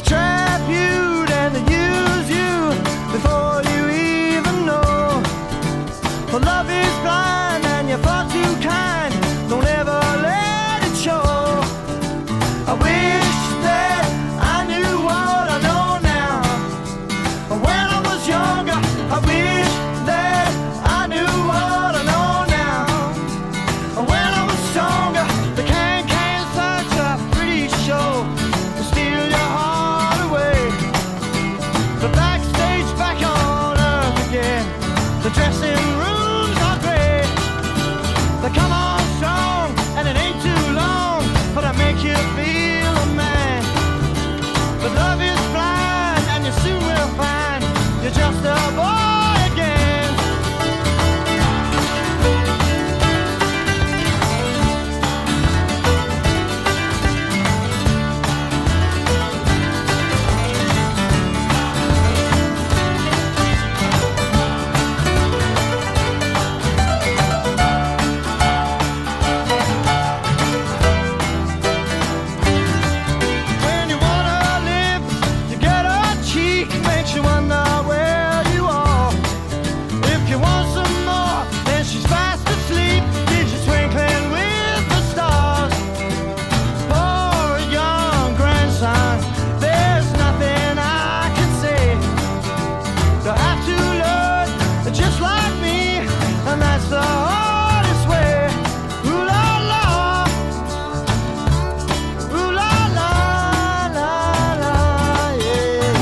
trap you, then they use you before you even know. For love is blind and you're far too kind. Don't ever let it show. I wish that I knew what I know now. When I was younger, I wish that I knew what I know now. When I was stronger, the can-can's such a pretty show to steal your heart away. The backstage back on earth again. The dressing rooms are great. They come on strong and it ain't too long, but I make you feel a man. But love is blind and you soon will find you're just a boy again. When you wanna live, you get a cheek, makes you wonder where you are. If you want some more, then she's fast asleep, gives you twinkling with the stars. For a young grandson, there's nothing I can say. You'll have to learn just like me, and that's the hardest way. Ooh la la, ooh la la, la la, yeah.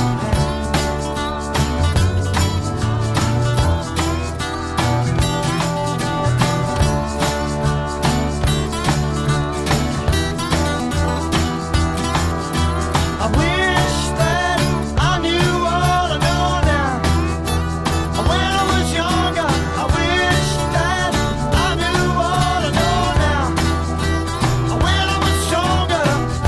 I wish that I knew what I know now. When I was younger, I wish that I knew what I know now. When I was stronger.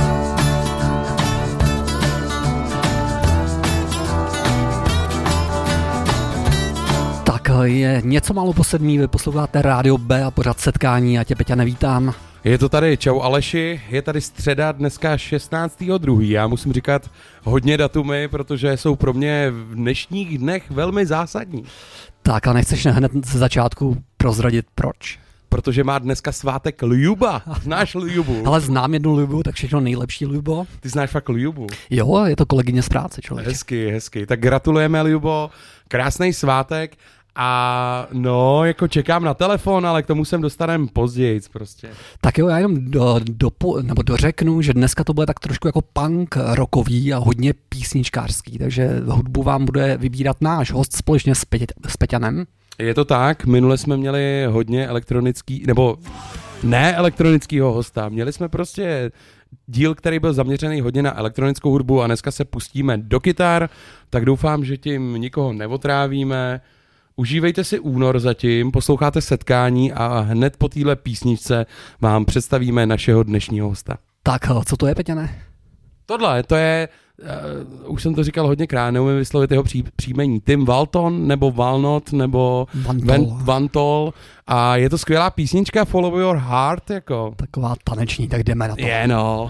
Tak je něco málo po 7, vy posloucháte Rádio B a pořád setkání, já tě, Peťa, nevítám. Je to tady, čau Aleši, je tady středa, dneska 16.2. Já musím říkat hodně datumy, protože jsou pro mě v dnešních dnech velmi zásadní. Tak a nechceš hned ze začátku prozradit proč? Protože má dneska svátek Ljuba. Znáš Ljubu? Ale znám jednu Ljubu, tak všechno nejlepší, Ljubo. Ty znáš fakt Ljubu? Jo, je to kolegyně z práce, člověk. Hezky. Tak gratulujeme, Ljubo. Krásný svátek. A no, jako čekám na telefon, ale k tomu se dostaneme později prostě. Tak jo, já jenom dořeknu, že dneska to bude tak trošku jako punk rockový a hodně písničkářský, takže hudbu vám bude vybírat náš host společně s Peťanem. Je to tak, minule jsme měli hodně elektronického hosta. Měli jsme prostě díl, který byl zaměřený hodně na elektronickou hudbu a dneska se pustíme do kytar, tak doufám, že tím nikoho neotrávíme. Užívejte si únor zatím, posloucháte setkání a hned po téhle písničce vám představíme našeho dnešního hosta. Tak, co to je, Peťane? Tohle, to je, už jsem to říkal hodněkrát, neumím vyslovit jeho příjmení, Tim Walton, nebo Walnut, nebo Vantol. A je to skvělá písnička, Follow Your Heart, jako. Taková taneční, tak jdeme na to. Je, no.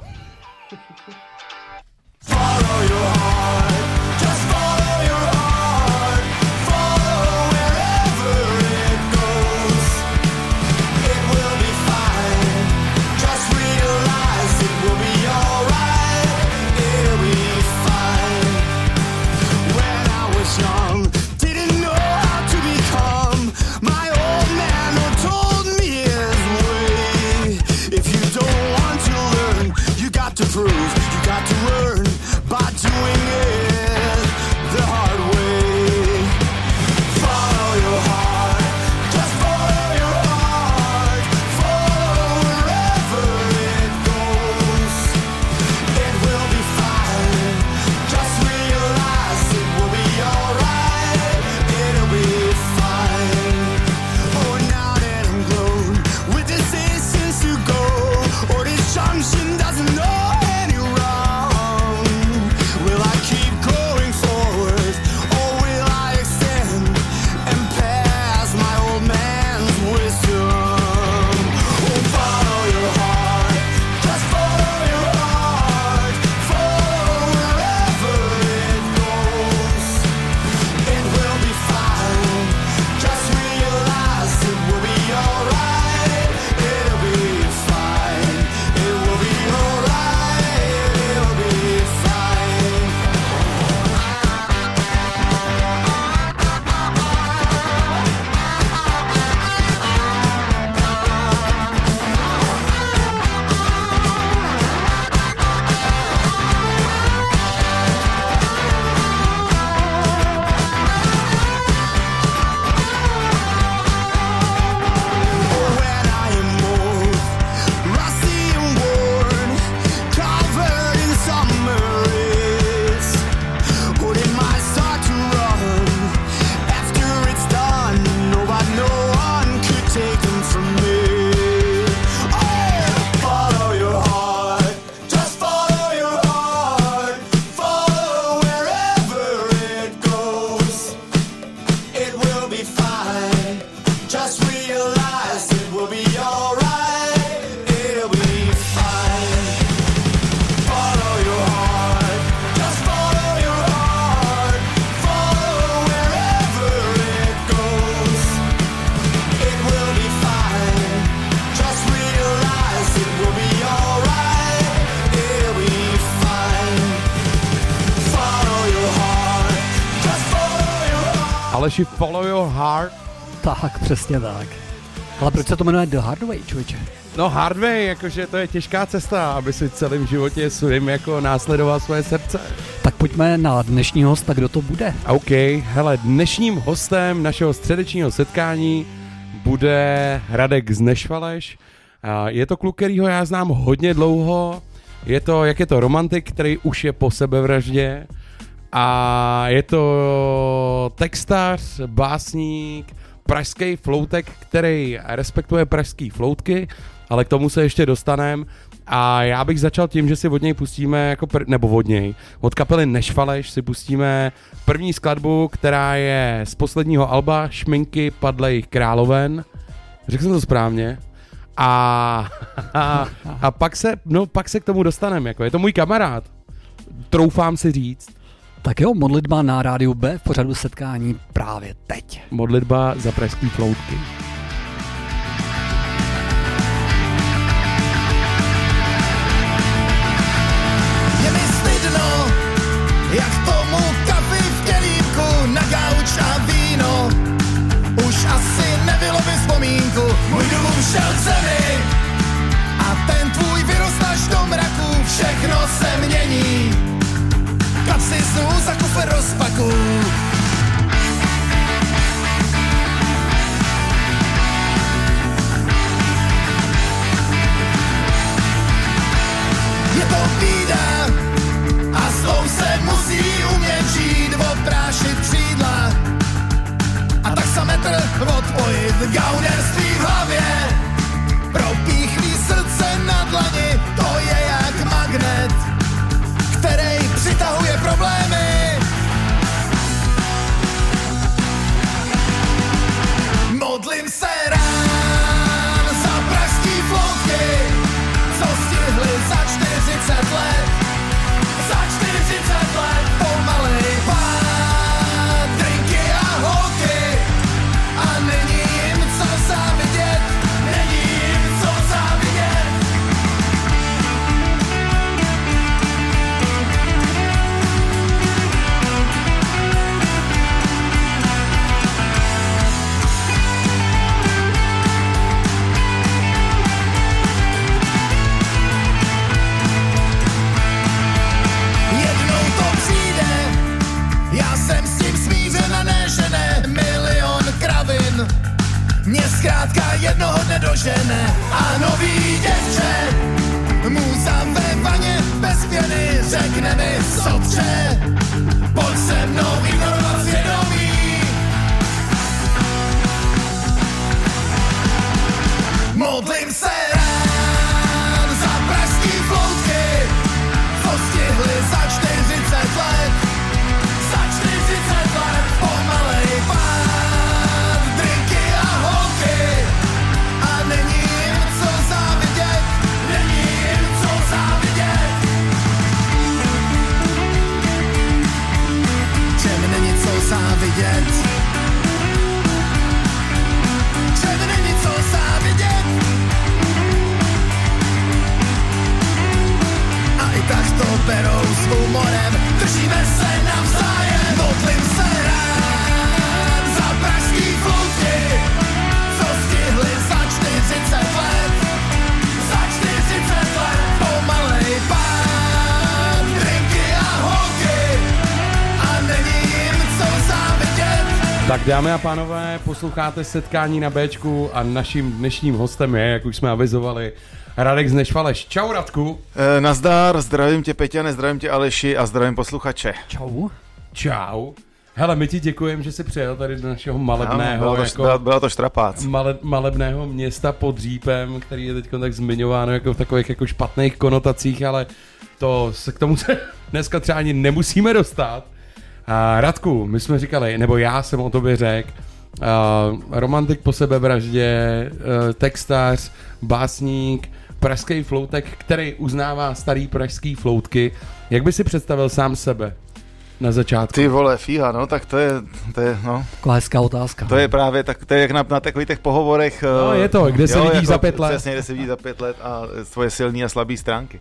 Follow your heart, just follow your heart, follow wherever it goes. It will be fine, just realize it will be alright, it'll be fine. When I was young, didn't know how to become, my old man told me his way. If you don't want to learn, you got to prove, you got to learn by doing it. Just realize it will be alright. It'll be fine. Follow your heart. Just follow your heart. Follow wherever it goes. It will be fine. Just realize it will be alright. It'll be fine. Follow your heart. Just follow your heart. Aleši, follow your heart. Tak, přesně tak. Ale proč se to jmenuje The Hard Way, člověče? No hard way, jakože to je těžká cesta, aby si v celém životě svým jako následoval svoje srdce. Tak pojďme na dnešní hosta, kdo to bude. OK, hele, dnešním hostem našeho středečního setkání bude Radek z Nešvaleš. Je to kluk, kterýho já znám hodně dlouho. Je to romantik, který už je po sebevraždě. A je to textař, básník, pražský floutek, který respektuje pražský floutky, ale k tomu se ještě dostaneme. A já bych začal tím, že si od něj pustíme, od kapely Nešvaleš si pustíme první skladbu, která je z posledního alba Šminky padlejch královen. Řekl jsem to správně. A pak se k tomu dostaneme. Jako je to můj kamarád. Troufám si říct. Tak jo, modlitba na rádiu B v pořadu setkání právě teď. Modlitba za pražský floutky. Je mi stydno, jak tomu kafi v kelímku na gauč a víno. Už asi nevylovím vzpomínku, můj dům šel k zemi a ten tvůj vyrost až do mraku, všechno se mění. Kapsy snů za kufr rozpaku. Je to bída a svou se musí umět žít, oprášit křídla a taxametr odpojit, gaunerství v hlavě, propíchlý srdce na dlani, to je jak magnet, který přitahuje problémy. Modlím se rán za pražský floutky, co stihli za 40 let. Za 40 let pomalej pád, drinky a holky a není jim co závidět, není jim co závidět. Mě zkrátka jednoho dne dožene a nový děvče můza ve vaně bez pěny řekne mi sotře, pojď se mnou ignorovat svědomí. Modlím se rán za pražský floutky, co stihli za 40 let. Za 40 let pomalej pád, drinky a holky a není jim co závidět, není jim co závidět. Čem není co závidět, čem není co závidět. A i tak to berou s humorem, držíme se navzájem. Modlím se rád za pražský floutky, co stihli za 40 let. Za 40 let pomalej pád, drinky a holky a není jim co závidět. Tak dámy a pánové, posloucháte setkání na Bčku a naším dnešním hostem je, jak už jsme avizovali, Radek z Nešvaleš. Čau Radku. Nazdar, zdravím tě Peťane, zdravím tě Aleši a zdravím posluchače. Čau. Čau. Hele, my ti děkujeme, že jsi přijel tady do našeho malebného, Byla to štrapác. malebného města pod Řípem, který je teď tak zmiňováno jako v takových jako špatných konotacích, ale k tomu se dneska třeba ani nemusíme dostat. A Radku, my jsme říkali, nebo já jsem o tobě řekl, romantik po sebevraždě, textař, básník, pražský floutek, který uznává starý pražský floutky. Jak by si představil sám sebe na začátku? Ty vole, fíha, no, tak to je no. Taková hezká otázka. To je právě, tak to je jak na takových těch pohovorech. No, je to, kde se vidí jako, za 5 let. Přesně, kde se vidí za 5 let a svoje silné a slabé stránky.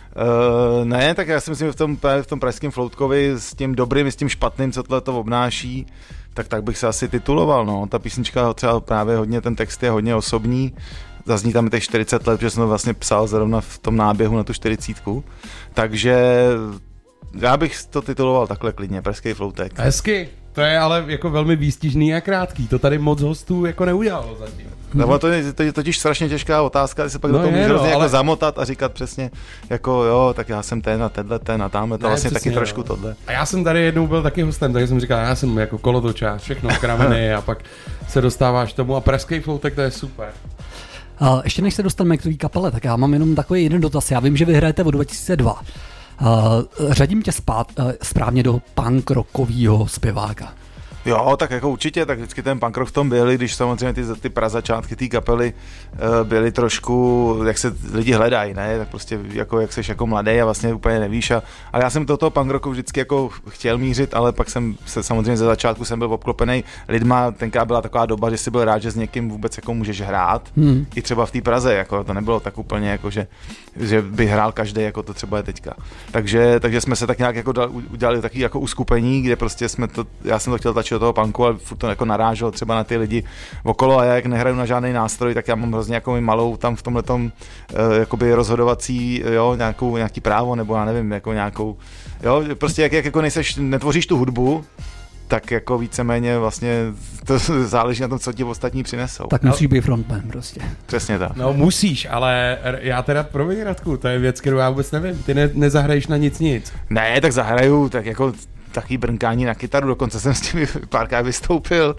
Ne, tak já si myslím, že v tom pražském floutkovi s tím dobrým i s tím špatným, co to obnáší, tak bych se asi tituloval, no. Ta písnička třeba právě hodně, ten text je hodně osobní, zazní tam těch 40 let, protože jsem to vlastně psal zrovna v tom náběhu na tu 40. Takže já bych to tituloval takhle klidně, pražský floutek. Hezky, to je ale jako velmi výstižný a krátký, to tady moc hostů jako neudělalo zatím. No, to je totiž strašně těžká otázka, když se pak do toho může hrozně jako zamotat a říkat přesně, jako jo, tak já jsem ten a tamhle, to vlastně taky trošku tohle. A já jsem tady jednou byl taky hostem, takže jsem říkal, já jsem jako kolotočář, všechno krameny a pak se dostáváš tomu a pražský floutek, to je super. Ještě než se dostaneme k tvý kapele, tak já mám jenom takový jeden dotaz. Já vím, že vy hrajete od 2002. Řadím tě správně do punk rockovýho zpěváka. Jo, tak jako určitě, tak vždycky ten punk rock v tom byl, když samozřejmě ty prazačátky té kapely byly trošku, jak se lidi hledají, ne, tak prostě jako jak seš jako mladý a vlastně úplně nevíš, ale já jsem do toho punk rocku vždycky jako chtěl mířit, ale pak jsem se samozřejmě ze začátku jsem byl obklopený lidma, tenkrát byla taková doba, že jsi byl rád, že s někým vůbec jako můžeš hrát, i třeba v té Praze, jako to nebylo tak úplně jako, že by hrál každý, jako to třeba je teďka. Takže jsme se tak nějak jako udělali taky jako uskupení, kde prostě já jsem to chtěl tlačit do toho punku, ale furt to jako naráželo třeba na ty lidi okolo a já jak nehraju na žádný nástroj, tak já mám hrozně jako malou tam v tomhletom jakoby rozhodovací, jo, nějaký právo, nebo já nevím, jako nějakou, jo, prostě jak jako netvoříš tu hudbu, tak jako víceméně vlastně to záleží na tom, co ti ostatní přinesou. Tak musíš být frontman prostě. Přesně tak. No musíš, ale já teda promiň, Radku, to je věc, kterou já vůbec nevím. Ty nezahraješ na nic. Ne, tak zahraju, tak jako taky brnkání na kytaru, dokonce jsem s tím párkrát vystoupil,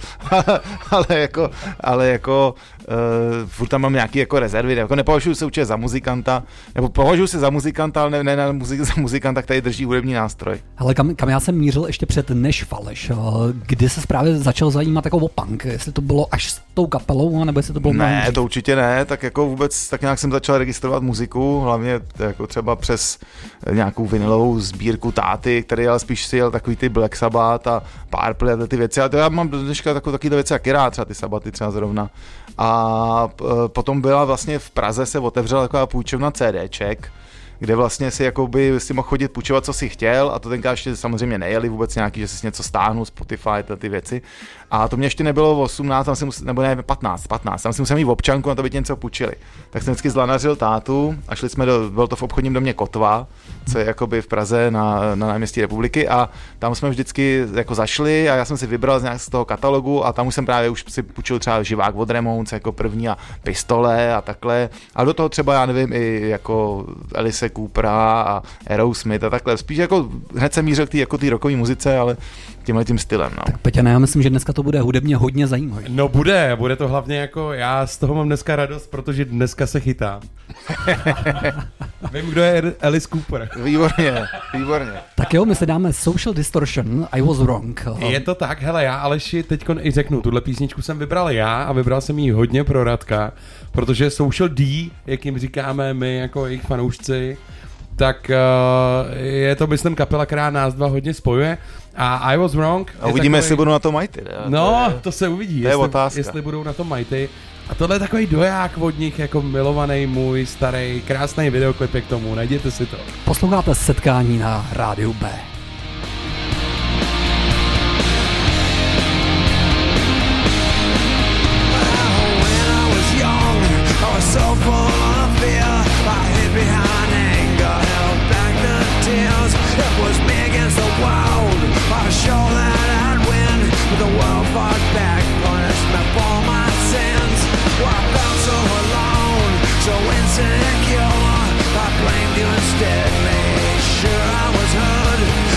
ale jako furt tam mám nějaký jako rezervy, jako nepovažuji se určitě za muzikanta, nebo považuji se za muzikanta, ale ne za muzikanta, který drží hudební nástroj. Ale kam já jsem mířil ještě před Než Faleš, kdy se právě začal zajímat jako o punk, jestli to bylo až s tou kapelou, nebo jestli to bylo Ne, to určitě ne, tak jako vůbec tak nějak jsem začal registrovat muziku, hlavně jako třeba přes nějakou vinylovou sbírku táty, který ale spíš si jel takový ty Black Sabbath a Purple a ty věci, a to já mám dneška takovýhle věci jak rád, třeba ty Sabbaty třeba zrovna. A potom byla vlastně v Praze se otevřela taková půjčovna CDček, kde vlastně si jakoby si mohl chodit půjčovat, co si chtěl, a to tenkrát ještě samozřejmě nejeli vůbec nějaký, že si něco stáhnu, Spotify, ty věci. A to mě ještě nebylo 18, nebo ne, 15, tam si musel mít občanku, na to by tě něco půjčili. Tak jsem vždycky zlanařil tátu a šli jsme bylo to v obchodním domě Kotva, co je jakoby v Praze na náměstí Republiky, a tam jsme vždycky jako zašli a já jsem si vybral z toho katalogu a tam už jsem právě už si půjčil třeba Živák od Ramones jako první a Pistole a takhle. A do toho třeba, já nevím, i jako Alice Coopera a Aerosmith a takhle. Spíš jako hned jsem mířil k té rockové muzice, ale tímhletím stylem. No. Tak Peťane, já myslím, že dneska to bude hudebně hodně zajímavé. No bude to hlavně jako, já z toho mám dneska radost, protože dneska se chytám. Vím, kdo je Alice Cooper. Výborně. Tak jo, my se dáme Social Distortion, I Was Wrong. Je to tak, hele, já Aleši teďkon i řeknu, tuhle písničku jsem vybral já a vybral jsem ji hodně pro Radka, protože Social D, jak jim říkáme my jako jejich fanoušci, tak je to, myslím, kapela, která nás dva hodně spojuje. A I Was Wrong. A uvidíme, jestli budou na to Mighty. To se uvidí, jestli budou na to Mighty. A tohle je takový doják od nich, jako milovaný můj starý, krásný videoklip k tomu, najděte si to. Posloucháte Setkání na Rádiu B. Insecure, I blamed you instead. Made sure I was heard.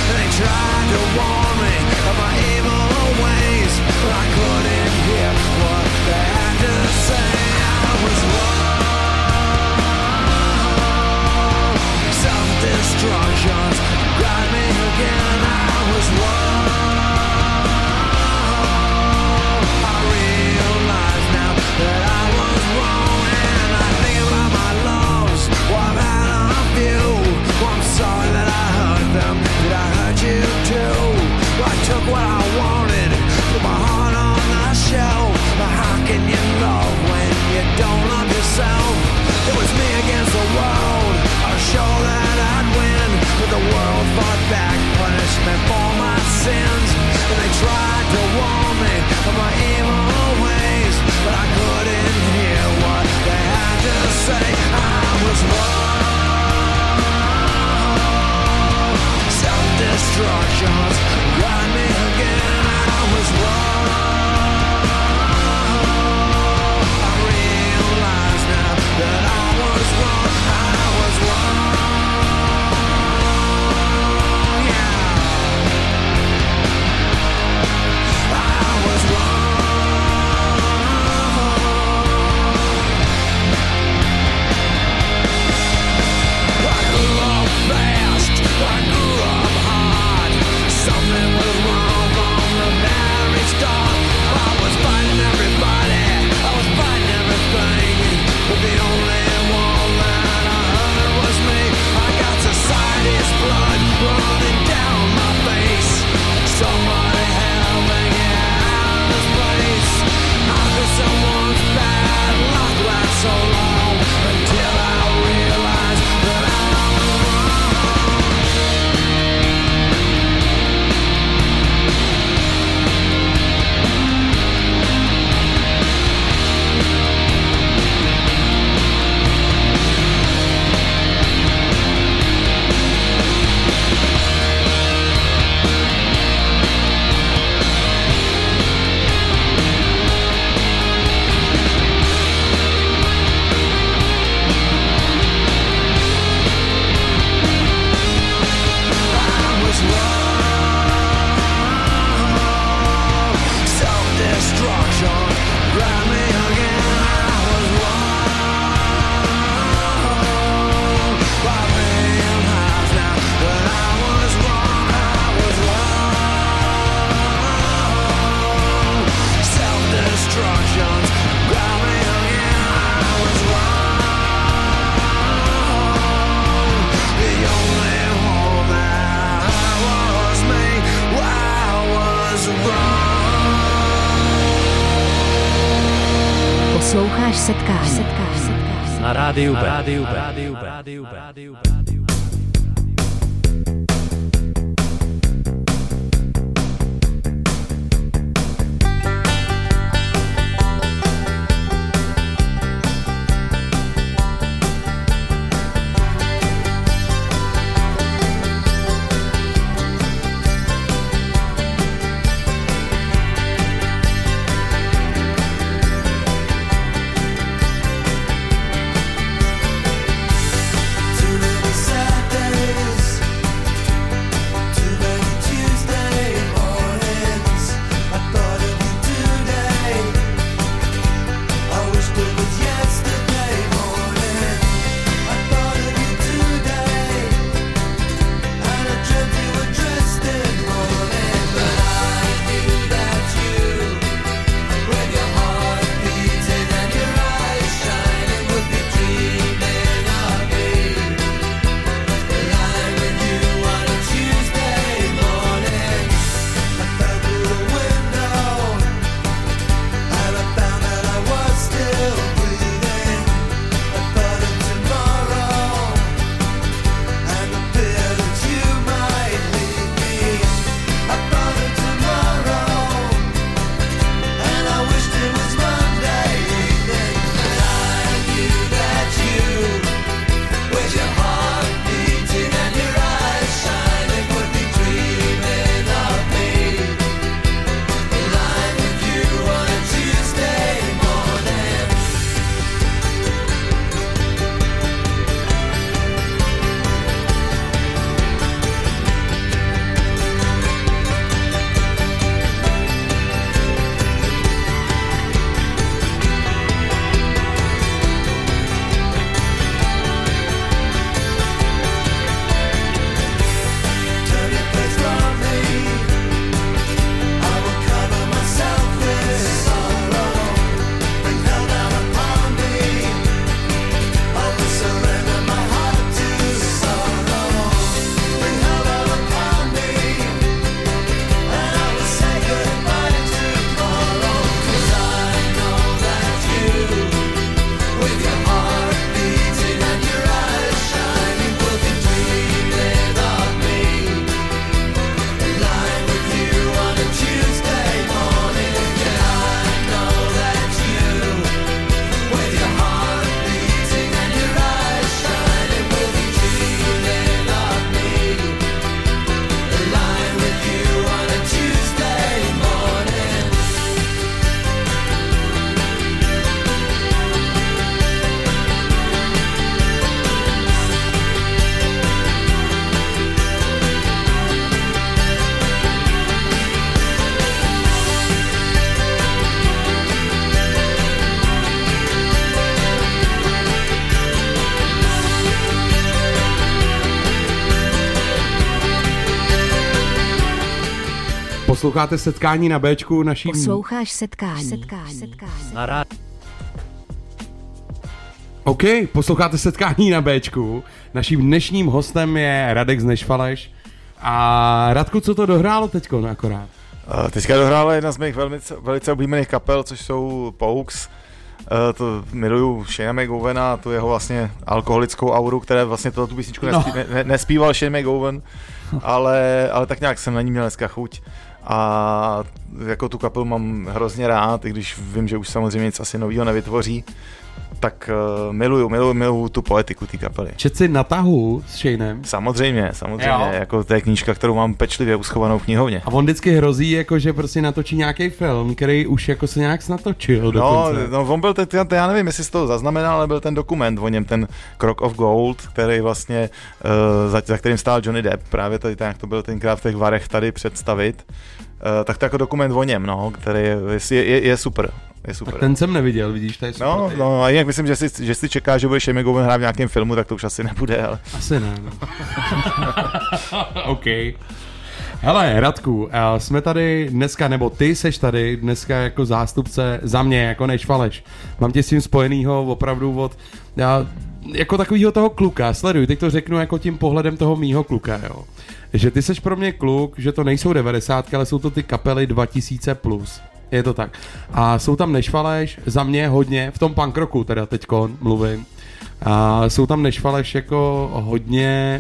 Posloucháš setkání. Na rádiu B. Posloucháte setkání na Bčku naší... Posloucháš setkání. Na rádiu. OK, posloucháte setkání na Bčku. Naším dnešním hostem je Radek z Nešvaleš. A Radku, co to dohrálo teďko akorát? Teďka dohrála jedna z mých velice oblíbených kapel, což jsou Pogues. To miluju Shane McGovena, tu jeho vlastně alkoholickou auru, které vlastně tu písničku nespíval Shane McGoven, ale tak nějak jsem na ní měl dneska chuť. A jako tu kapelu mám hrozně rád, i když vím, že už samozřejmě nic asi novýho nevytvoří, tak miluju tu poetiku té kapely. Čet si Na tahu s Shanem? Samozřejmě, jako to je knížka, kterou mám pečlivě uschovanou v knihovně. A on vždycky hrozí, jako, že prostě natočí nějaký film, který už jako se nějak natočil dokonce. No, on byl já nevím, jestli jsi to zaznamenal, ale byl ten dokument o něm, ten Crock of Gold, který vlastně, za kterým stál Johnny Depp, právě tady jak to byl tenkrát v těch varech tady představit. Tak to jako dokument o něm, no, který je super. Je super. Tak ten jsem neviděl, vidíš, to je super. No, a jinak myslím, že si čeká, že bude Shane McGowan hrát v nějakém filmu, tak to už asi nebude, ale... Asi ne, no. OK. Hele, Radku, jsme tady dneska, nebo ty seš tady dneska jako zástupce za mě, jako Nešvaleš. Mám tě s tím spojenýho opravdu jako takovýho toho kluka, sleduj, teď to řeknu jako tím pohledem toho mýho kluka, jo. Že ty seš pro mě kluk, že to nejsou 90, ale jsou to ty kapely 2000+. Je to tak. A jsou tam Nešvaleš, za mě hodně, v tom punk rocku teda teďko mluvím. A jsou tam Nešvaleš jako hodně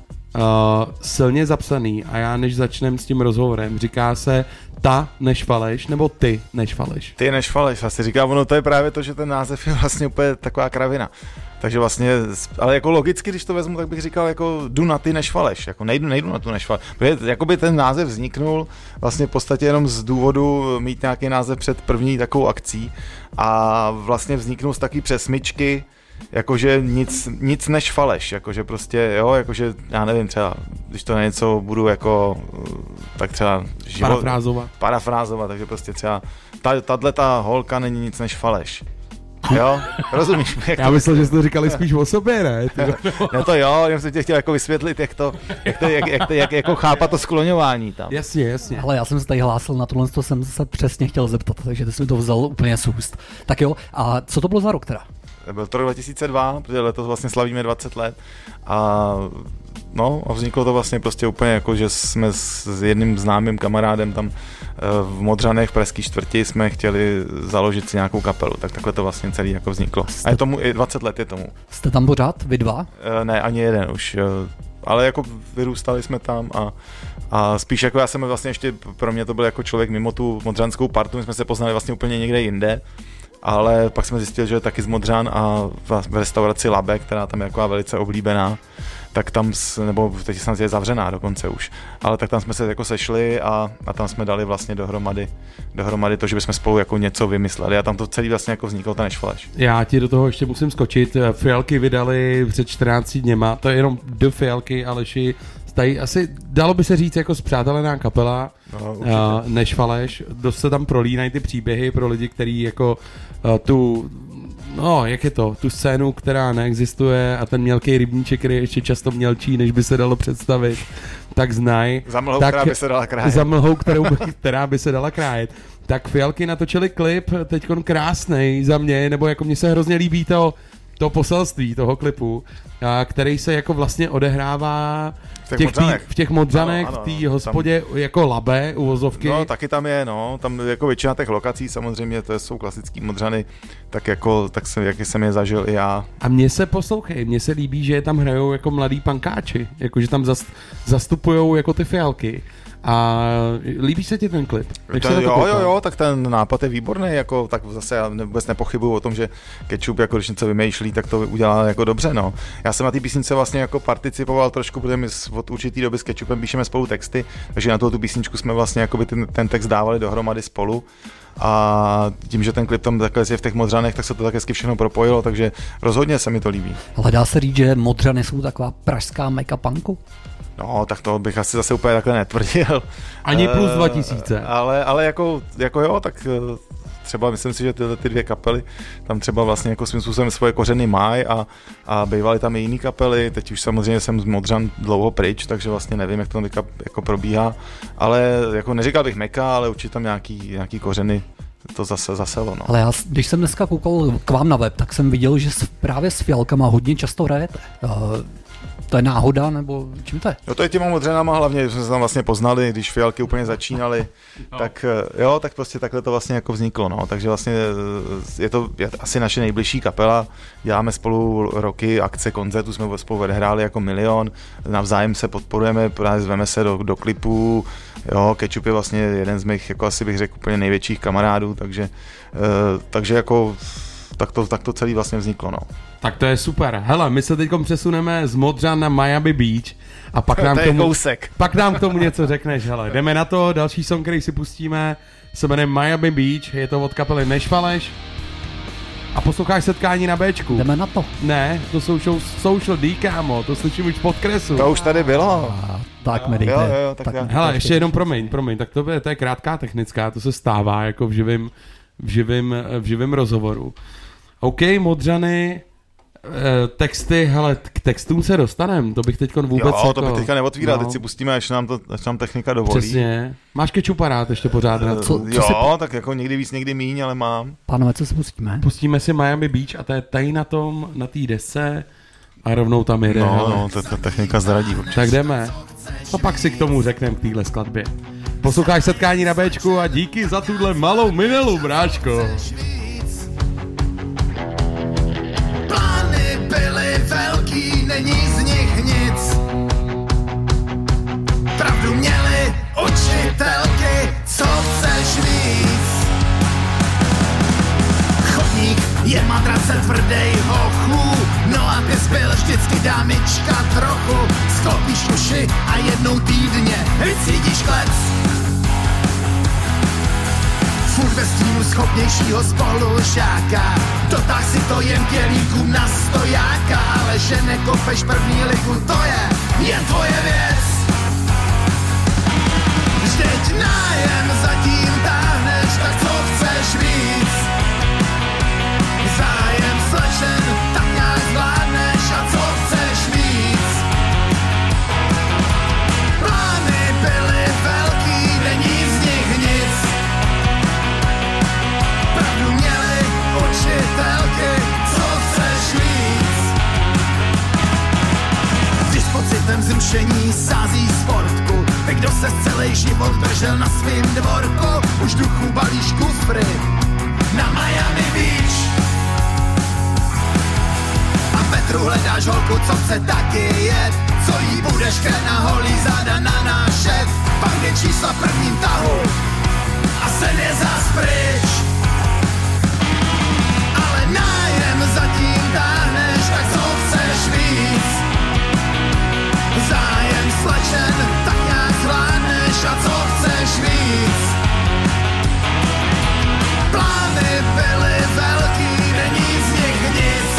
silně zapsaný a já než začnem s tím rozhovorem, říká se ta Nešvaleš nebo ty Nešvaleš? Ty Nešvaleš, asi říkám, ono to je právě to, že ten název je vlastně úplně taková kravina. Takže vlastně, ale jako logicky, když to vezmu, tak bych říkal, jako jdu na ty Nešvaleš, jako nejdu na tu Nešvaleš. Protože jakoby ten název vzniknul vlastně v podstatě jenom z důvodu mít nějaký název před první takovou akcí a vlastně vzniknul z taky přesmyčky, jakože nic než faleš, jakože prostě, jo, jakože, já nevím, třeba, když to na něco budu jako, tak třeba parafrázovat, takže prostě třeba, tato holka není nic než faleš. Jo, rozumíš? Já myslel, že jste to říkali spíš o sobě, ne? No to jo, já jsem tě chtěl jako vysvětlit, jak jako chápat to skloňování tam. Jasně. Ale já jsem se tady hlásil na tohle, to jsem se přesně chtěl zeptat, takže ty jsi mi to vzal úplně z úst. Tak jo, a co to bylo za rok teda? Byl to rok 2002, protože letos vlastně slavíme 20 let a vzniklo to vlastně prostě úplně jako, že jsme s jedním známým kamarádem tam v Modřanech v Pražské čtvrti jsme chtěli založit si nějakou kapelu, tak takhle to vlastně celý jako vzniklo. A je tomu, 20 let je tomu. Jste tam pořád, vy dva? Ne, ani jeden už, ale jako vyrůstali jsme tam a spíš jako já jsem vlastně ještě, pro mě to byl jako člověk mimo tu modřanskou partu, my jsme se poznali vlastně úplně někde jinde. Ale pak jsme zjistili, že je taky z Modřan a v restauraci Labe, která tam je jako velice oblíbená, tak tam, nebo teď jsem je zavřená dokonce už, ale tak tam jsme se jako sešli a tam jsme dali vlastně dohromady to, že bychom spolu jako něco vymysleli a tam to celý vlastně jako vzniklo ta Nešvaleš. Já ti do toho ještě musím skočit, Fialky vydali před 14 dněma, to je jenom do Fialky, Aleši, tady asi dalo by se říct jako spřátelená kapela, Nešvaleš, dost se tam prolínají ty příběhy pro lidi, kteří jako tu scénu, která neexistuje a ten mělký rybníček, který je ještě často mělčí, než by se dalo představit, tak znají. Za mlhou, která by se dala krájet. Za mlhou, která by se dala krájet. Tak Fialky natočili klip, teďkon krásnej za mě, nebo jako mně se hrozně líbí to poselství toho klipu, který se jako vlastně odehrává v těch Modřanech, v té hospodě tam, jako Labe, uvozovky. No, taky tam je, tam jako většina těch lokací samozřejmě, to jsou klasický Modřany, jak jsem je zažil i já. A mně se líbí, že tam hrajou jako mladí pankáči, jako že tam zastupujou jako ty Fialky. A líbí se ti ten klip? Jo, tak ten nápad je výborný, jako, tak zase já vůbec nepochybuju o tom, že Ketchup, jako když něco vymýšlí, tak to udělá jako dobře, no. Já jsem na té písničce vlastně jako participoval trošku, protože my od určitý doby s Ketchupem píšeme spolu texty, takže na tu písničku jsme vlastně jako by ten text dávali dohromady spolu. A tím, že ten klip tam takhle je v těch Modřanech, tak se to tak hezky všechno propojilo, takže rozhodně se mi to líbí. Ale dá se říct, že Modřany jsou taková pražská meka punku? No, tak to bych asi zase úplně takhle netvrdil. Ani plus 2000. Ale jako jo, tak třeba myslím si, že ty dvě kapely tam třeba vlastně jako svým způsobem svoje kořeny mají a bývaly tam i jiný kapely, teď už samozřejmě jsem z Modřan dlouho pryč, takže vlastně nevím, jak to jako probíhá, ale jako neříkal bych meka, ale určitě tam nějaký kořeny to zase zaselo, no. Ale já, když jsem dneska koukal k vám na web, tak jsem viděl, že právě s Fialkama hodně často hrajete. To je náhoda, nebo čím to je? Jo, to je těma Modřanama hlavně, jsme se tam vlastně poznali, když Fialky úplně začínaly, tak prostě takhle to vlastně jako vzniklo, no. Takže vlastně je to asi naše nejbližší kapela, děláme spolu roky, akce, koncertů jsme spolu odehráli jako milion, navzájem se podporujeme, právě zveme se do klipů, jo, Ketchup je vlastně jeden z mých, jako asi bych řekl, úplně největších kamarádů, takže jako tak to celý vlastně vzniklo, no. Tak to je super. Hele, my se teď přesuneme z Modřan na Miami Beach a pak nám k tomu něco řekneš. Hele, jdeme na to, další song, který si pustíme, se jmenuje Miami Beach, je to od kapely Nešvaleš a posloucháš Setkání na Bčku. Jdeme na to. Ne, to jsou Social D, kámo, to slyším už pod kresu. To už tady bylo. Tak mi dejte. Jo, tak hele, ještě jenom promiň, tak to je krátká technická, to se stává jako v živém rozhovoru. OK, Modřany, texty, hele, k textům se dostanem, to bych teďkon vůbec Jo, to bych teďka neotvíral, teď si pustíme, až nám technika dovolí. Přesně. Máš Ketchupa rád ještě pořád? Tak jako někdy víc, někdy míň, ale mám. Pánové, co si pustíme? Pustíme si Miami Beach a to je tady na té desce a rovnou tam jede. No, ta technika zradí určitě. Tak jdeme. A pak si k tomu řekneme k téhle skladbě. Posloucháš Setkání na Bčku a díky za tuhle malou minelu, bráško. Plány byly velký, není z nich nic. Pravdu měli učitelky, co chceš víc. Chodník je matrace tvrdej hochů, no a ty zbyl vždycky dámička trochu. Sklopíš uši a jednou týdně vycítíš klec. Furt ve stínu schopnějšího spolužáka, dotáh si to jen tělíkům na stojáka, ale že nekopeš první ligu, to je jen tvoje věc. Vždyť nájem zatím táhneš, tak co chceš víc? Zájem slečen, tak nějak zvládneš, a co chceš víc? Plány byly velký, není z nich nic. Pravdu měli učitelky, co chceš víc? Když s pocitem zrušení sází sportku, ty kdo se celý život držel na svým dvorku, už duchu balíš kufry na Miami Beach. A Petru hledáš holku, co chce taky jet, co jí budeš krát na holí záda na nášet. Pak je čísla v prvním tahu a sen je zás pryč. Ale nájem zatím táhneš, tak co chceš víc? Zájem slečen, tak nějak zvládneš, a co chceš víc? Plány byly velký, není z nich nic.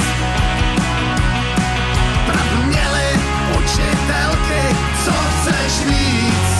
Pravdu měli učitelky, co chceš víc?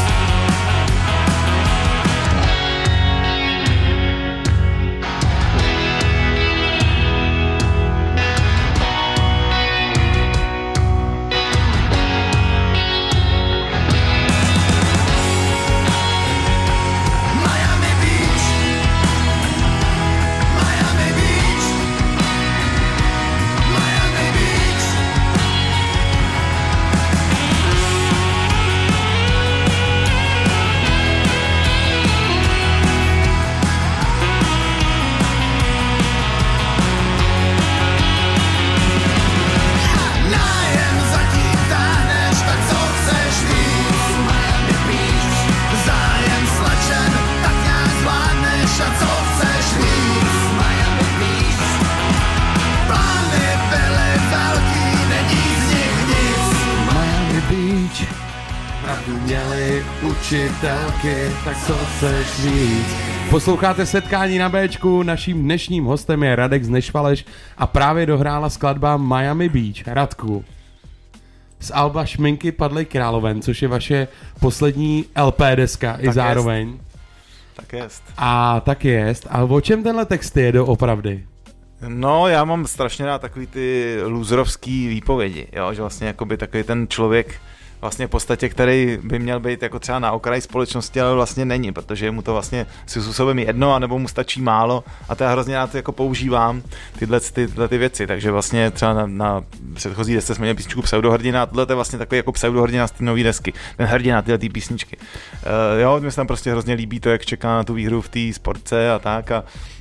Učitelky, tak co chceš víc? Posloucháte Setkání na Bčku, naším dnešním hostem je Radek z Nešvaleš a právě dohrála skladba Miami Beach. Radku, z alba Šminky padly královen, což je vaše poslední LP deska tak i zároveň. Tak jest. A tak jest. A o čem tenhle text je doopravdy? No, já mám strašně rád takový ty loserovský výpovědi, jo? Že vlastně jakoby takový ten člověk vlastně v podstatě, který by měl být jako třeba na okraji společnosti, ale vlastně není, protože mu to vlastně si způsobem jedno, anebo mu stačí málo, a to já hrozně rád jako používám tyhle ty věci, takže vlastně třeba na předchozí desce jsme měli písničku Pseudohrdina, a tohle je vlastně takový jako pseudohrdina z té nový desky, ten hrdina tyhle písničky. Jo, mi se tam prostě hrozně líbí to, jak čeká na tu výhru v té sportce a tak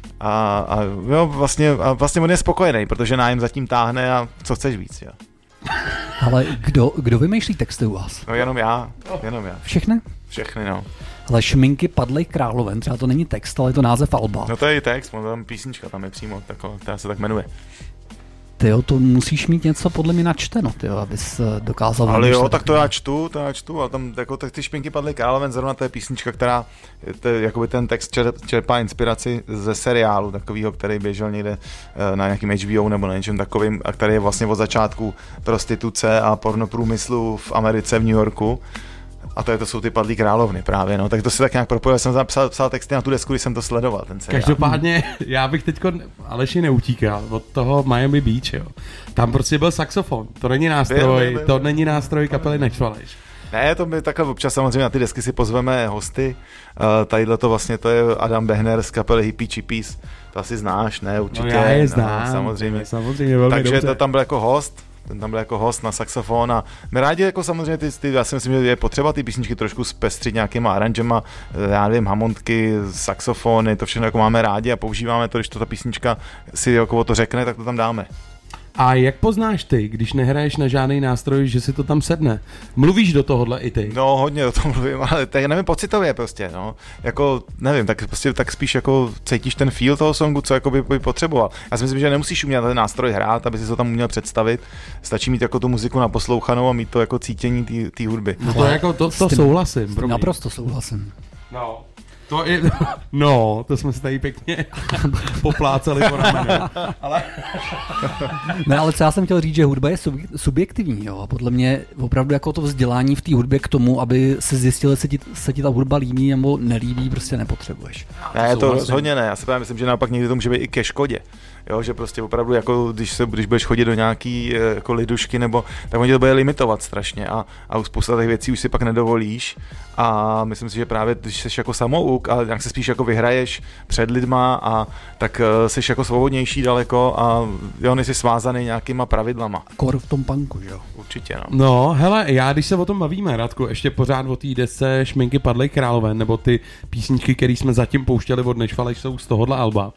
a jo, vlastně on je spokojený, protože nájem zatím táhne a co chceš víc, jo. Ale kdo vymýšlí texty u vás? No jenom já. Všechny? Všechny, no. Ale Šminky padly královen, třeba to není text, ale je to název alba. No to je text, tam písnička, tam je přímo, která se tak jmenuje. Tyjo, to musíš mít něco podle mě načteno, tyjo, abys dokázal... Ale jo, tak to já čtu, ale tam jako, tak ty Šminky padly královen, zrovna to je písnička, která, jakoby ten text čerpá inspiraci ze seriálu takového, který běžel někde na nějakým HBO nebo na něčem takovým, a který je vlastně od začátku prostituce a pornoprůmyslu v Americe, v New Yorku. A to jsou ty padlý královny právě, no. Tak to si tak nějak propojil, jsem tam psal texty na tu desku, když jsem to sledoval, ten seriál. Každopádně, já bych teďko Aleši neutíkal od toho Miami Beach, jo. Tam prostě byl saxofon, to není nástroj, to není nástroj kapely Nešvaleš. Ne, to my takhle občas samozřejmě na ty desky si pozveme hosty. Tadyhle to vlastně, to je Adam Behner z kapely Hippie Chippies. To asi znáš, ne? Určitě. No já je znám. No, samozřejmě velmi takže dobře. to tam byl jako host ten tam byl jako host na saxofon a my rádi jako samozřejmě já si myslím, že je potřeba ty písničky trošku zpestřit nějakýma aranžema, já nevím, hamontky, saxofony, to všechno jako máme rádi a používáme to, když to ta písnička si jako o to řekne, tak to tam dáme. A jak poznáš ty, když nehraješ na žádný nástroj, že si to tam sedne? Mluvíš do tohohle i ty? No, hodně o tom mluvím, ale tak nevím, pocitově prostě, no. Jako, nevím, tak prostě tak spíš jako cítíš ten feel toho songu, co jako by potřeboval. Já si myslím, že nemusíš umět ten nástroj hrát, aby si to tam uměl představit. Stačí mít jako tu muziku naposlouchanou a mít to jako cítění té hudby. No to jako to souhlasím. Naprosto souhlasím. No. To jsme se tady pěkně poplácali po ramenu. Ne, ale co já jsem chtěl říct, že hudba je subjektivní, jo. A podle mě opravdu jako to vzdělání v té hudbě k tomu, aby se zjistil, jestli se ti ta hudba líbí nebo nelíbí, prostě nepotřebuješ. Ne, to rozhodně ne. Já si právě myslím, že naopak někdy to může být i ke škodě. Jo, že prostě opravdu jako když budeš chodit do nějaký jako lidušky nebo tak oni to bude limitovat strašně a u spousta těch věcí už si pak nedovolíš a myslím si, že právě když jsi jako samouk a jak se spíš jako vyhraješ před lidma a tak jsi jako svobodnější daleko a jo, nejsi svázaný nějakýma pravidlama. Kor v tom punku, že jo? Určitě, no. No, hele, já když se o tom bavíme, Radku, ještě pořád o té desce Šminky padlej králové, nebo ty písničky, které jsme zatím pouštěli od Nešvale, jsou z tohohle alba.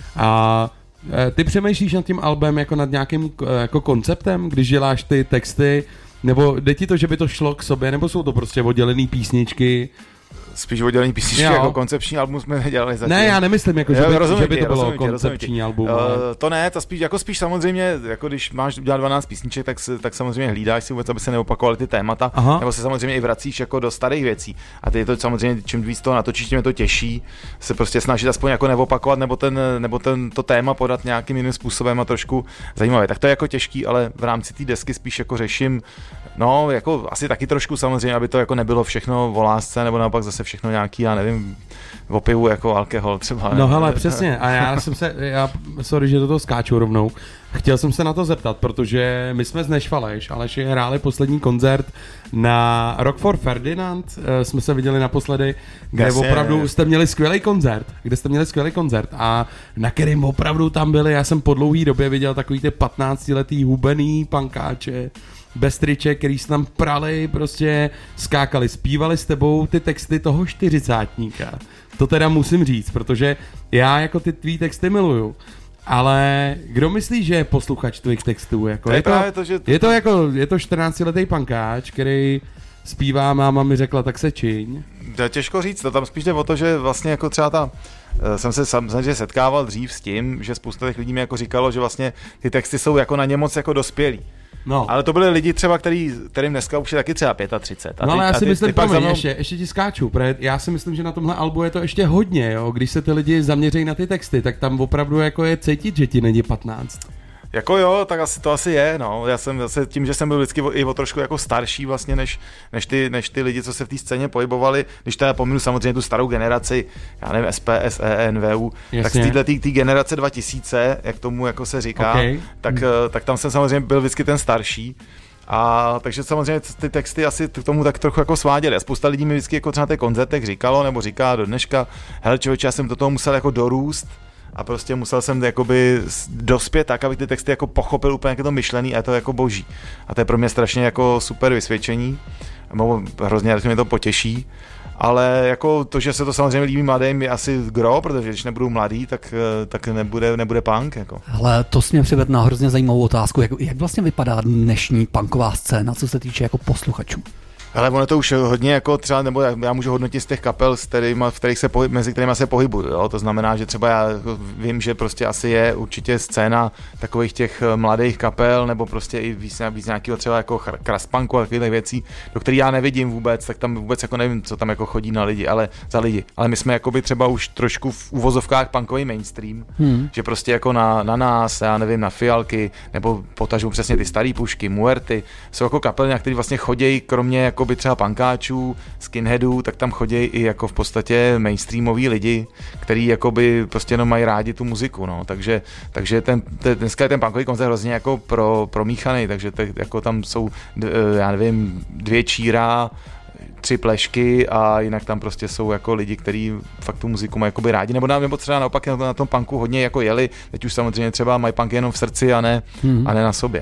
A ty přemýšlíš nad tím albem jako nad nějakým jako konceptem, když děláš ty texty, nebo jde ti to, že by to šlo k sobě, nebo jsou to prostě oddělený písničky? Spíš oddělený písničky, jako koncepční album jsme nedělali zatím. Ne, já nemyslím, jako, že by to bylo koncepční album. To ne, to spíš samozřejmě, jako když máš dělat 12 písniček, tak samozřejmě hlídáš si vůbec, aby se neopakovaly ty témata, Aha. nebo se samozřejmě i vracíš jako do starých věcí. A ty to samozřejmě, čím víc toho natočíš, tím je to těžší, se prostě snažit aspoň jako neopakovat, nebo to téma podat nějakým jiným způsobem a trošku zajímavé. Tak to je jako těžký, ale v rámci té desky spíš jako řeším, no, jako asi taky trošku samozřejmě, aby to jako nebylo všechno o lásce, nebo naopak zase všechno nějaký, já nevím, o pivu jako alkohol třeba. No hele, přesně. A sorry, že do toho skáču rovnou. Chtěl jsem se na to zeptat, protože my jsme z Nešvaleš, Aleši hráli poslední koncert na Rock for Ferdinand, jsme se viděli naposledy, kde opravdu jste měli skvělý koncert a na kterým opravdu tam byli, já jsem po dlouhý době viděl takový ty 15letý hubený pankáče, bez triček, který se tam prali, prostě skákali, zpívali s tebou ty texty toho 40átníka. To teda musím říct, protože já jako ty tvý texty miluju. Ale kdo myslí, že je posluchač tvých textů? Jako je to 14letý pankáč, který zpívá Máma mi řekla, tak se čiň. To je těžko říct, to tam spíš jde o to, že vlastně jako třeba jsem se samozřejmě setkával dřív s tím, že spousta těch lidí mi jako říkalo, že vlastně ty texty jsou jako na ně moc jako dospělí. No. Ale to byli lidi třeba, kterým dneska už je taky třeba 35. No ale já si myslím, ještě ti skáču, protože já si myslím, že na tomhle albu je to ještě hodně, jo? Když se ty lidi zaměří na ty texty, tak tam opravdu jako je cítit, že ti není 15. Jako jo, tak to asi je, no. Já jsem zase tím, že jsem byl vždycky i o trošku jako starší vlastně, než ty lidi, co se v té scéně pohybovali, když teda pominu samozřejmě tu starou generaci, já nevím, SPS, ENVU, tak z této generace 2000, jak tomu jako se říká, okay. tak tam jsem samozřejmě byl vždycky ten starší. A takže samozřejmě ty texty asi k tomu tak trochu jako sváděly. A spousta lidí mi vždycky jako třeba na těch koncertech říkalo, nebo říká do dneška, hele člověče, já jsem do toho musel jako dorůst, a prostě musel jsem jakoby dospět tak, abych ty texty jako pochopil úplně jako to myšlený a je to jako boží. A to je pro mě strašně jako super vysvědčení. Hrozně mě to potěší. Ale jako to, že se to samozřejmě líbí mladým, je asi gro, protože když nebudou mladý, tak nebude punk. Jako. Hele, to jsi mě přivedl na hrozně zajímavou otázku. Jak vlastně vypadá dnešní punková scéna, co se týče jako posluchačů? Ale ono to už hodně jako třeba, nebo já můžu hodnotit z těch kapel, mezi kterými se pohybuju, jo? To znamená, že třeba já vím, že prostě asi je určitě scéna takových těch mladých kapel, nebo prostě i víc nějakého třeba jako kraspunku a takových věcí, do kterých já nevidím vůbec, tak tam vůbec jako nevím, co tam jako chodí na lidi, ale za lidi. Ale my jsme jakoby třeba už trošku v uvozovkách punkový mainstream, že prostě jako na nás, já nevím, na Fialky, nebo potažu přesně ty starý pušky, Muerty, jsou jako kapely, na který vlastně chodějí kromě jako by třeba punkáčů, skinheadů, tak tam chodí i jako v podstatě mainstreamoví lidi, kteří jakoby prostě jenom mají rádi tu muziku, no. Takže dneska je ten punkový koncert hrozně jako promíchaný, takže jako tam jsou, já nevím, 2 číra, 3 plešky a jinak tam prostě jsou jako lidi, kteří fakt tu muziku mají jakoby rádi, nebo třeba naopak na tom punku hodně jako jeli, teď už samozřejmě třeba mají punk jenom v srdci a ne na sobě, no.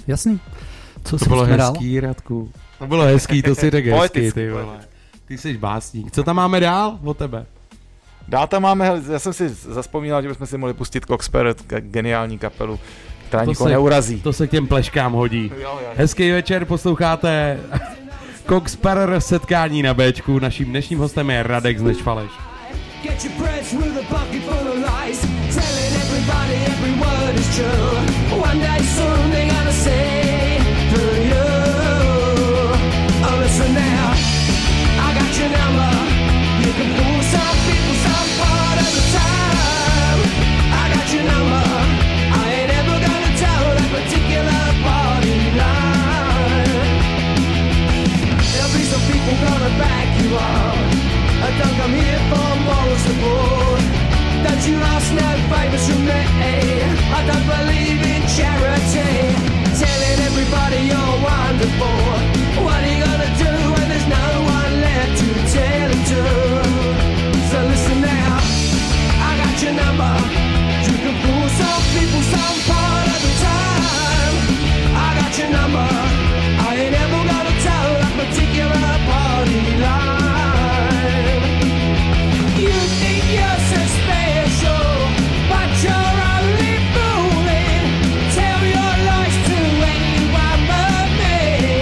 jasný. Co To si bylo pustíme dál? hezký, Radku. To bylo hezký, to si řekl hezký, Poetický, ty vole. Ty jsi básník. Co tam máme dál od tebe? Dál tam máme, já jsem si zaspomínal, že bychom si mohli pustit Coxper, geniální kapelu, která nikoho neurazí. To se k těm pleškám hodí. Jo. Hezký večer, posloucháte Coxper setkání na Bčku. Naším dnešním hostem je Radek z Nečfaleš. Get your press with a bucket full of lies, telling everybody every word is true. One day soon they gonna say to you, oh listen now, I got your number. You can fool some people some part of the time. I got your number. I ain't ever gonna tell that particular party line. There'll be some people gonna back you up. I don't come here for moral support. Don't you ask no favours from me. I don't believe in charity. Telling everybody you're wonderful. What are you gonna do when there's no one left to tell it to? So listen now, I got your number. You can fool some people some part of the time. I got your number. I ain't ever gonna tell that particular party line. You think you're so special, but you're only fooling. Tell your lies to anyone but me.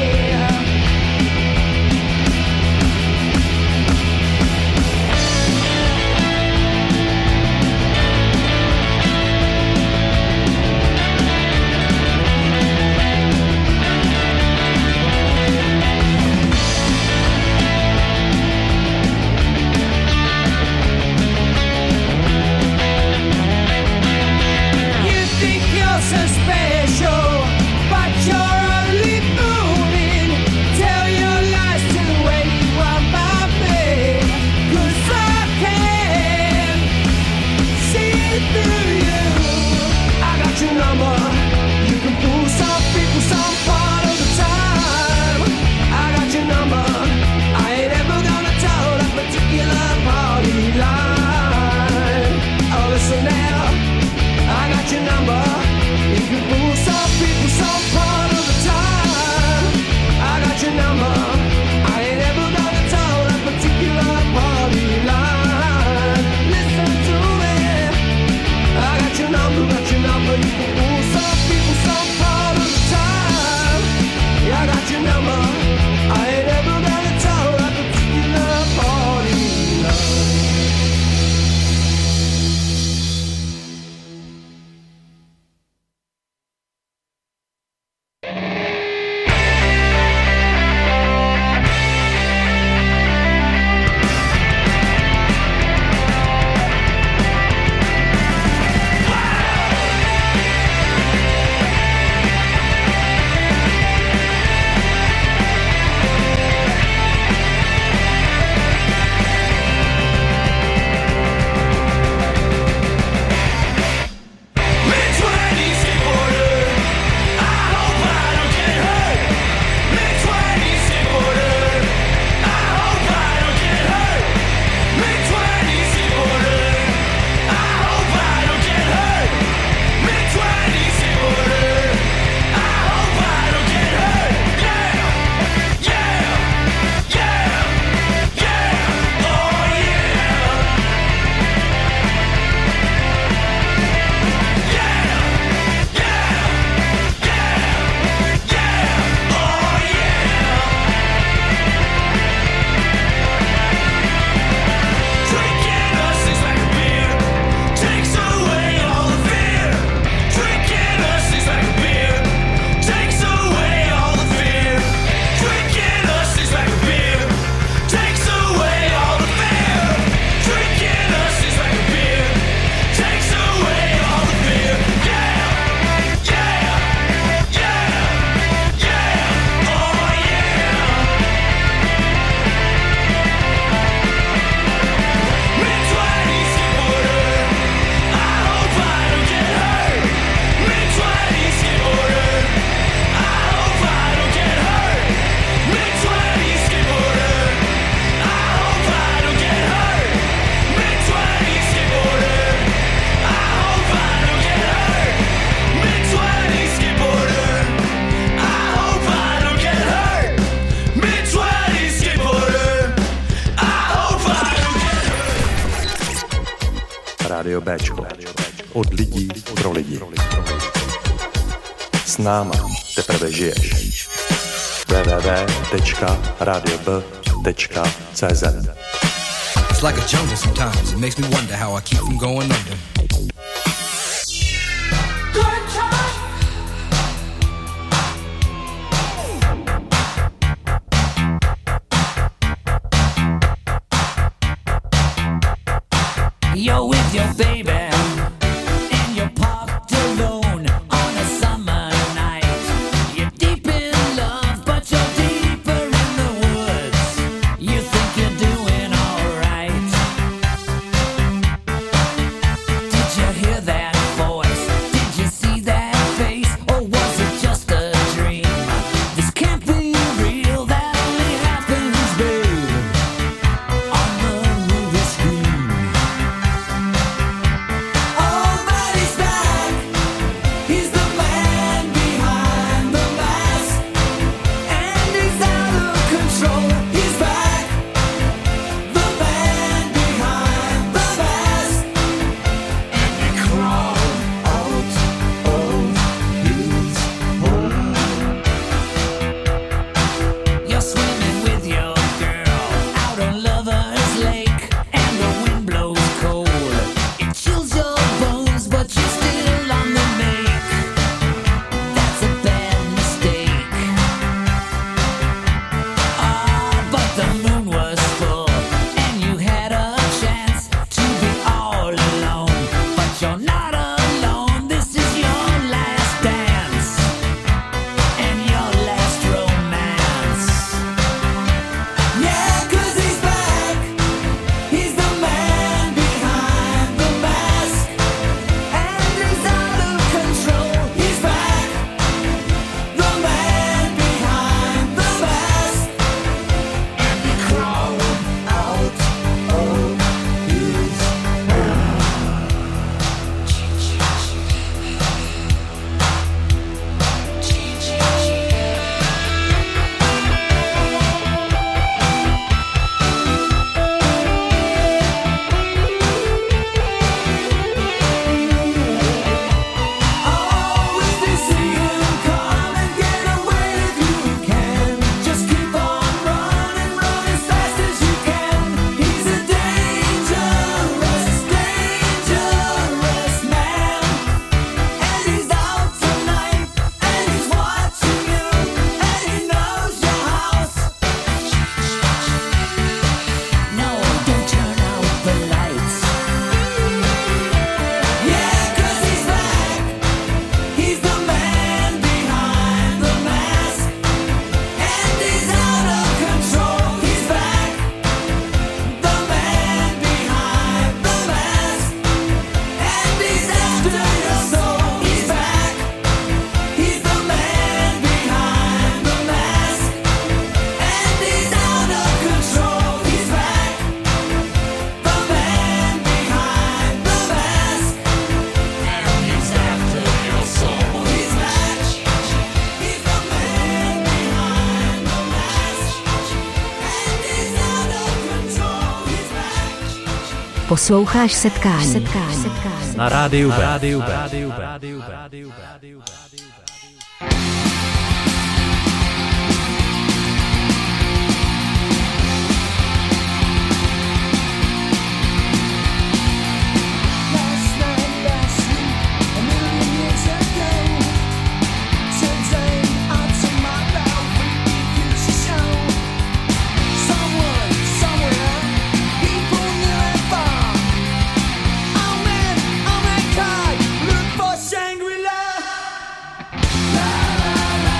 You think you're so special, but you're only fooling. Tell your lies to anyone but me. 'Cause I can see through you. I got your number. You can fool some people some part of the time. I got your number. I ain't ever gonna tell that particular party line. Oh, listen now, I got your number. You can fool some people some part of the time. I got your number. I ain't ever gonna tell that particular party line. Listen to me. I got your number, got your number. You can fool some people some part of the time. Yeah, I got your number. I ain't ever gonna tell that particular party line. Rádio Bčko. Od lidí pro lidi. S náma teprve žiješ. www.radiob.cz. It's like a jungle sometimes. It makes me wonder how I keep from going under. You're with your baby and you're parked alone on a summer night. You're deep in love, but you're deeper in the woods. You think you're doing alright. Did you hear that voice? Did you see that face? Or was it just a dream? This can't be real, that only happens, babe, on the movie screen. Posloucháš setkání. Na rádiu B. Shangri-La. La la la.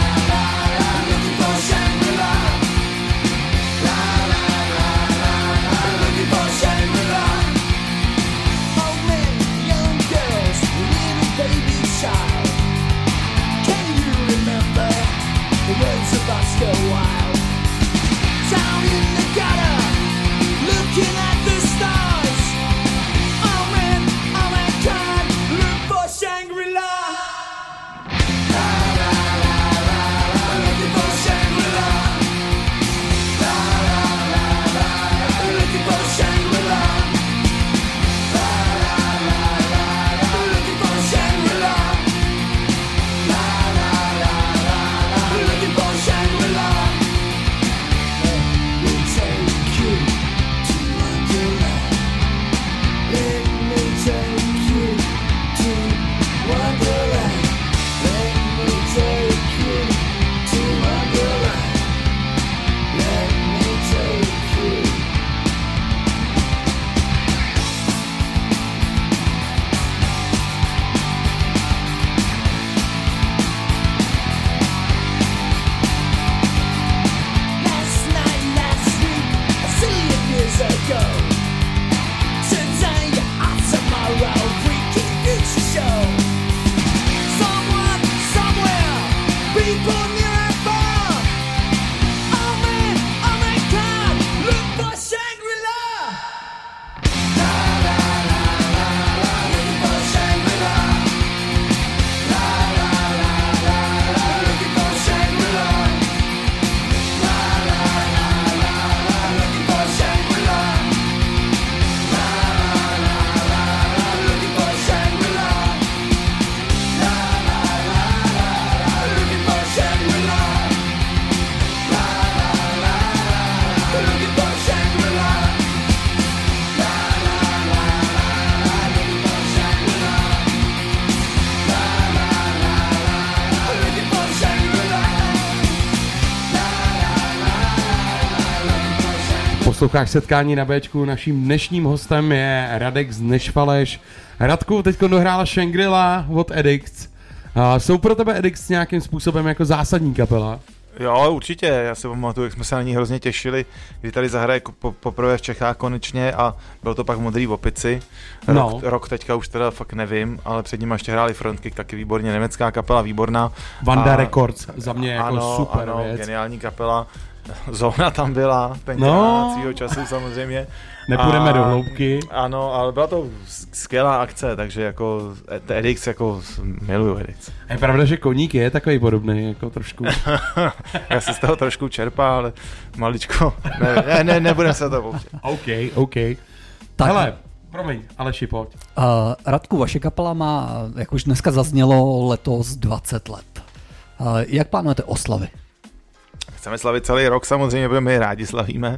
Posloucháš Setkání na Bčku, naším dnešním hostem je Radek z Nešvaleš. Radku, teď dohrála Shangri-La od Addicts. Jsou pro tebe Addicts nějakým způsobem jako zásadní kapela? Jo, určitě, já si pamatuju, jak jsme se na ní hrozně těšili, kdy tady zahraje poprvé v Čechách konečně a bylo to pak v Modrý opici. Rok teďka už teda fakt nevím, ale před ním ještě hráli Frontkick, taky výborně, německá kapela, výborná. Vanda Records, za mě jako super věc. Geniální kapela. Zóna tam byla, tenkrát svýho času samozřejmě. Nepůjdeme do hloubky. Ano, ale byla to skvělá akce, takže jako Addicts, jako miluju Addicts. Je pravda, že Koník je takový podobný, jako trošku. Já si z toho trošku čerpá, ale maličko, nebudem se to pouštět. OK. Tak. Hele, promiň, Aleši, pojď. Radku, vaše kapela má, jak už dneska zaznělo, letos 20 let. Jak plánujete oslavy? Chceme slavit celý rok, samozřejmě, protože my rádi slavíme.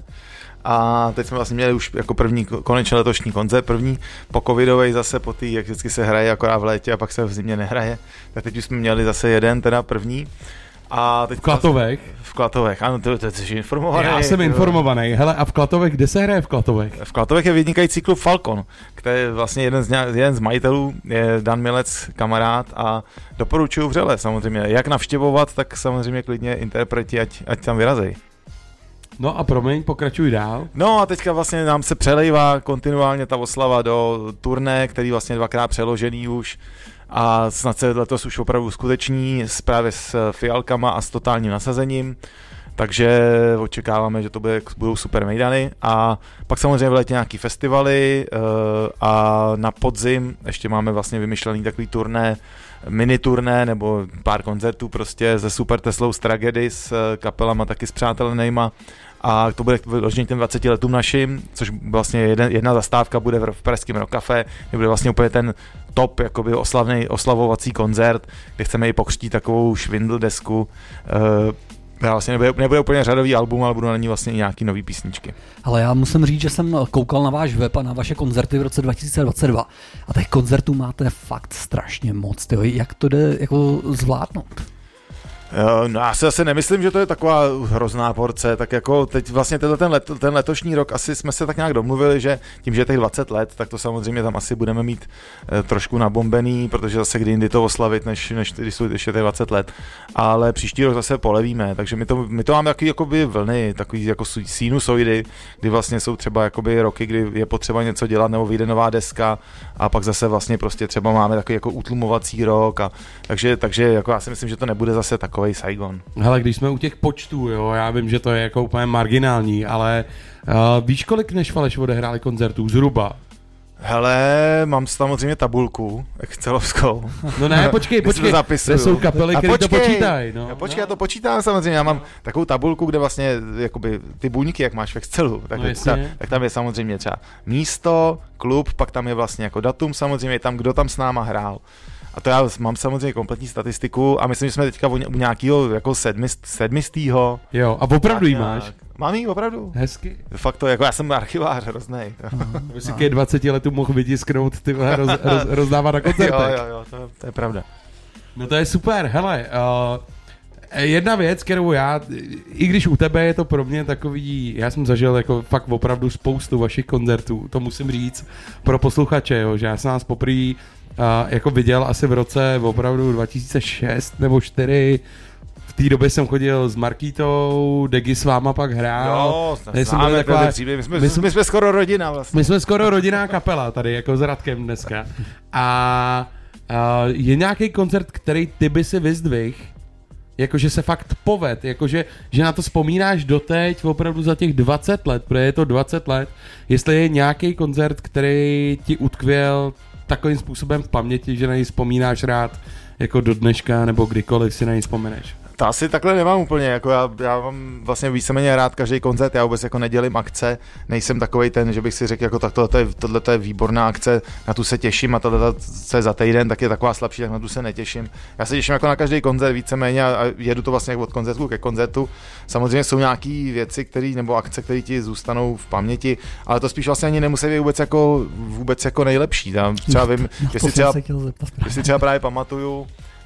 A teď jsme vlastně měli už jako první konečně letošní koncert, první po covidovej zase po té, jak vždycky se hraje akorát v létě a pak se v zimě nehraje. Tak teď už jsme měli zase jeden, teda první. A teď v Klatovech? V Klatovech, ano, ty jsi informovaný. Já jsem informovaný. Hele, a v Klatovech, kde se hraje v Klatovech? V Klatovech je vynikající klub Falcon, který je vlastně jeden z majitelů, je Dan Milec, kamarád, a doporučuju vřele samozřejmě, jak navštěvovat, tak samozřejmě klidně interpreti, ať tam vyrazej. No a promiň, pokračuj dál. No a teďka vlastně nám se přelejvá kontinuálně ta oslava do turné, který vlastně dvakrát přeložený už, a snad se letos už opravdu uskuteční právě s fialkama a s totálním nasazením, takže očekáváme, že to budou super mejdany. A pak samozřejmě v létě nějaký festivaly a na podzim ještě máme vlastně vymyšlený takový turné, mini turné nebo pár koncertů prostě ze Super Teslou z Tragedy s kapelama taky spřátelenejma. A to bude vložení těm 20 letům našim, což vlastně jedna zastávka bude v pražském Rock Café, kde bude vlastně úplně ten top jakoby oslavovací koncert, kde chceme i pokřtít takovou švindl desku. Vlastně nebude úplně řadový album, ale budou na ní vlastně nějaký nový písničky. Ale já musím říct, že jsem koukal na váš web a na vaše koncerty v roce 2022 a těch koncertů máte fakt strašně moc. Tyjo. Jak to jde jako zvládnout? No já si zase nemyslím, že to je taková hrozná porce, tak jako teď vlastně ten letošní rok asi jsme se tak nějak domluvili, že tím, že je těch 20 let, tak to samozřejmě tam asi budeme mít trošku nabombený, protože zase kdy jindy to oslavit, než když jsou ještě těch 20 let, ale příští rok zase polevíme, takže my to máme takový jakoby vlny, takový jako sinusoidy, kdy vlastně jsou třeba jakoby roky, kdy je potřeba něco dělat nebo vyjde nová deska a pak zase vlastně prostě třeba máme takový jako utlumovací rok a takže jako já si myslím, že to nebude zase takovej Saigon. Hele, když jsme u těch počtů, jo, já vím, že to je jako úplně marginální, ale víš, kolik Nešvaleš odehráli koncertů zhruba? Hele, mám samozřejmě tabulku excelovskou. No ne, počkej, to jsou kapely, které to počítají. No. Počkej, já to počítám samozřejmě, já mám takovou tabulku, kde vlastně jakoby ty buňky, jak máš v Excelu, tak tam je samozřejmě třeba místo, klub, pak tam je vlastně jako datum, samozřejmě tam, kdo tam s náma hrál. A to já mám samozřejmě kompletní statistiku a myslím, že jsme teďka u nějakého jako sedmistýho. Jo, a opravdu jí máš? Mám jí opravdu. Hezky. Fakt to, jako já jsem archivář hroznej. By si ke 20 letů mohl vytisknout, ty rozdávat na koncertech. Jo, to je pravda. No to je super, hele. Jedna věc, kterou já, i když u tebe je to pro mě takový, já jsem zažil jako fakt opravdu spoustu vašich koncertů, to musím říct pro posluchače, jo, že já jsem nás poprvé jako viděl asi v roce opravdu 2006 nebo 2004. V té době jsem chodil s Markítou, Degi s váma pak hrál. Jo, my jsme skoro rodina vlastně. My jsme skoro rodinná kapela tady, jako s Radkem dneska. A je nějaký koncert, který ty by si vyzdvihl, jakože se fakt poved, jakože že na to vzpomínáš doteď opravdu za těch 20 let, protože je to 20 let, jestli je nějaký koncert, který ti utkvěl takovým způsobem v paměti, že na něj vzpomínáš rád jako do dneška, nebo kdykoliv si na něj vzpomeneš. To asi takhle nemám úplně, jako já mám vlastně víceméně rád každý koncert, já vůbec jako nedělím akce, nejsem takovej ten, že bych si řekl, jako tak tohle je výborná akce, na tu se těším a tohle je za týden, tak je taková slabší, tak na tu se netěším. Já se těším jako na každý koncert víceméně a jedu to vlastně od koncertu ke koncertu. Samozřejmě jsou nějaký věci, nebo akce, které ti zůstanou v paměti, ale to spíš vlastně ani nemusí být vůbec jako nejlepší. Tam třeba vím, jestli třeba právě pamatuju,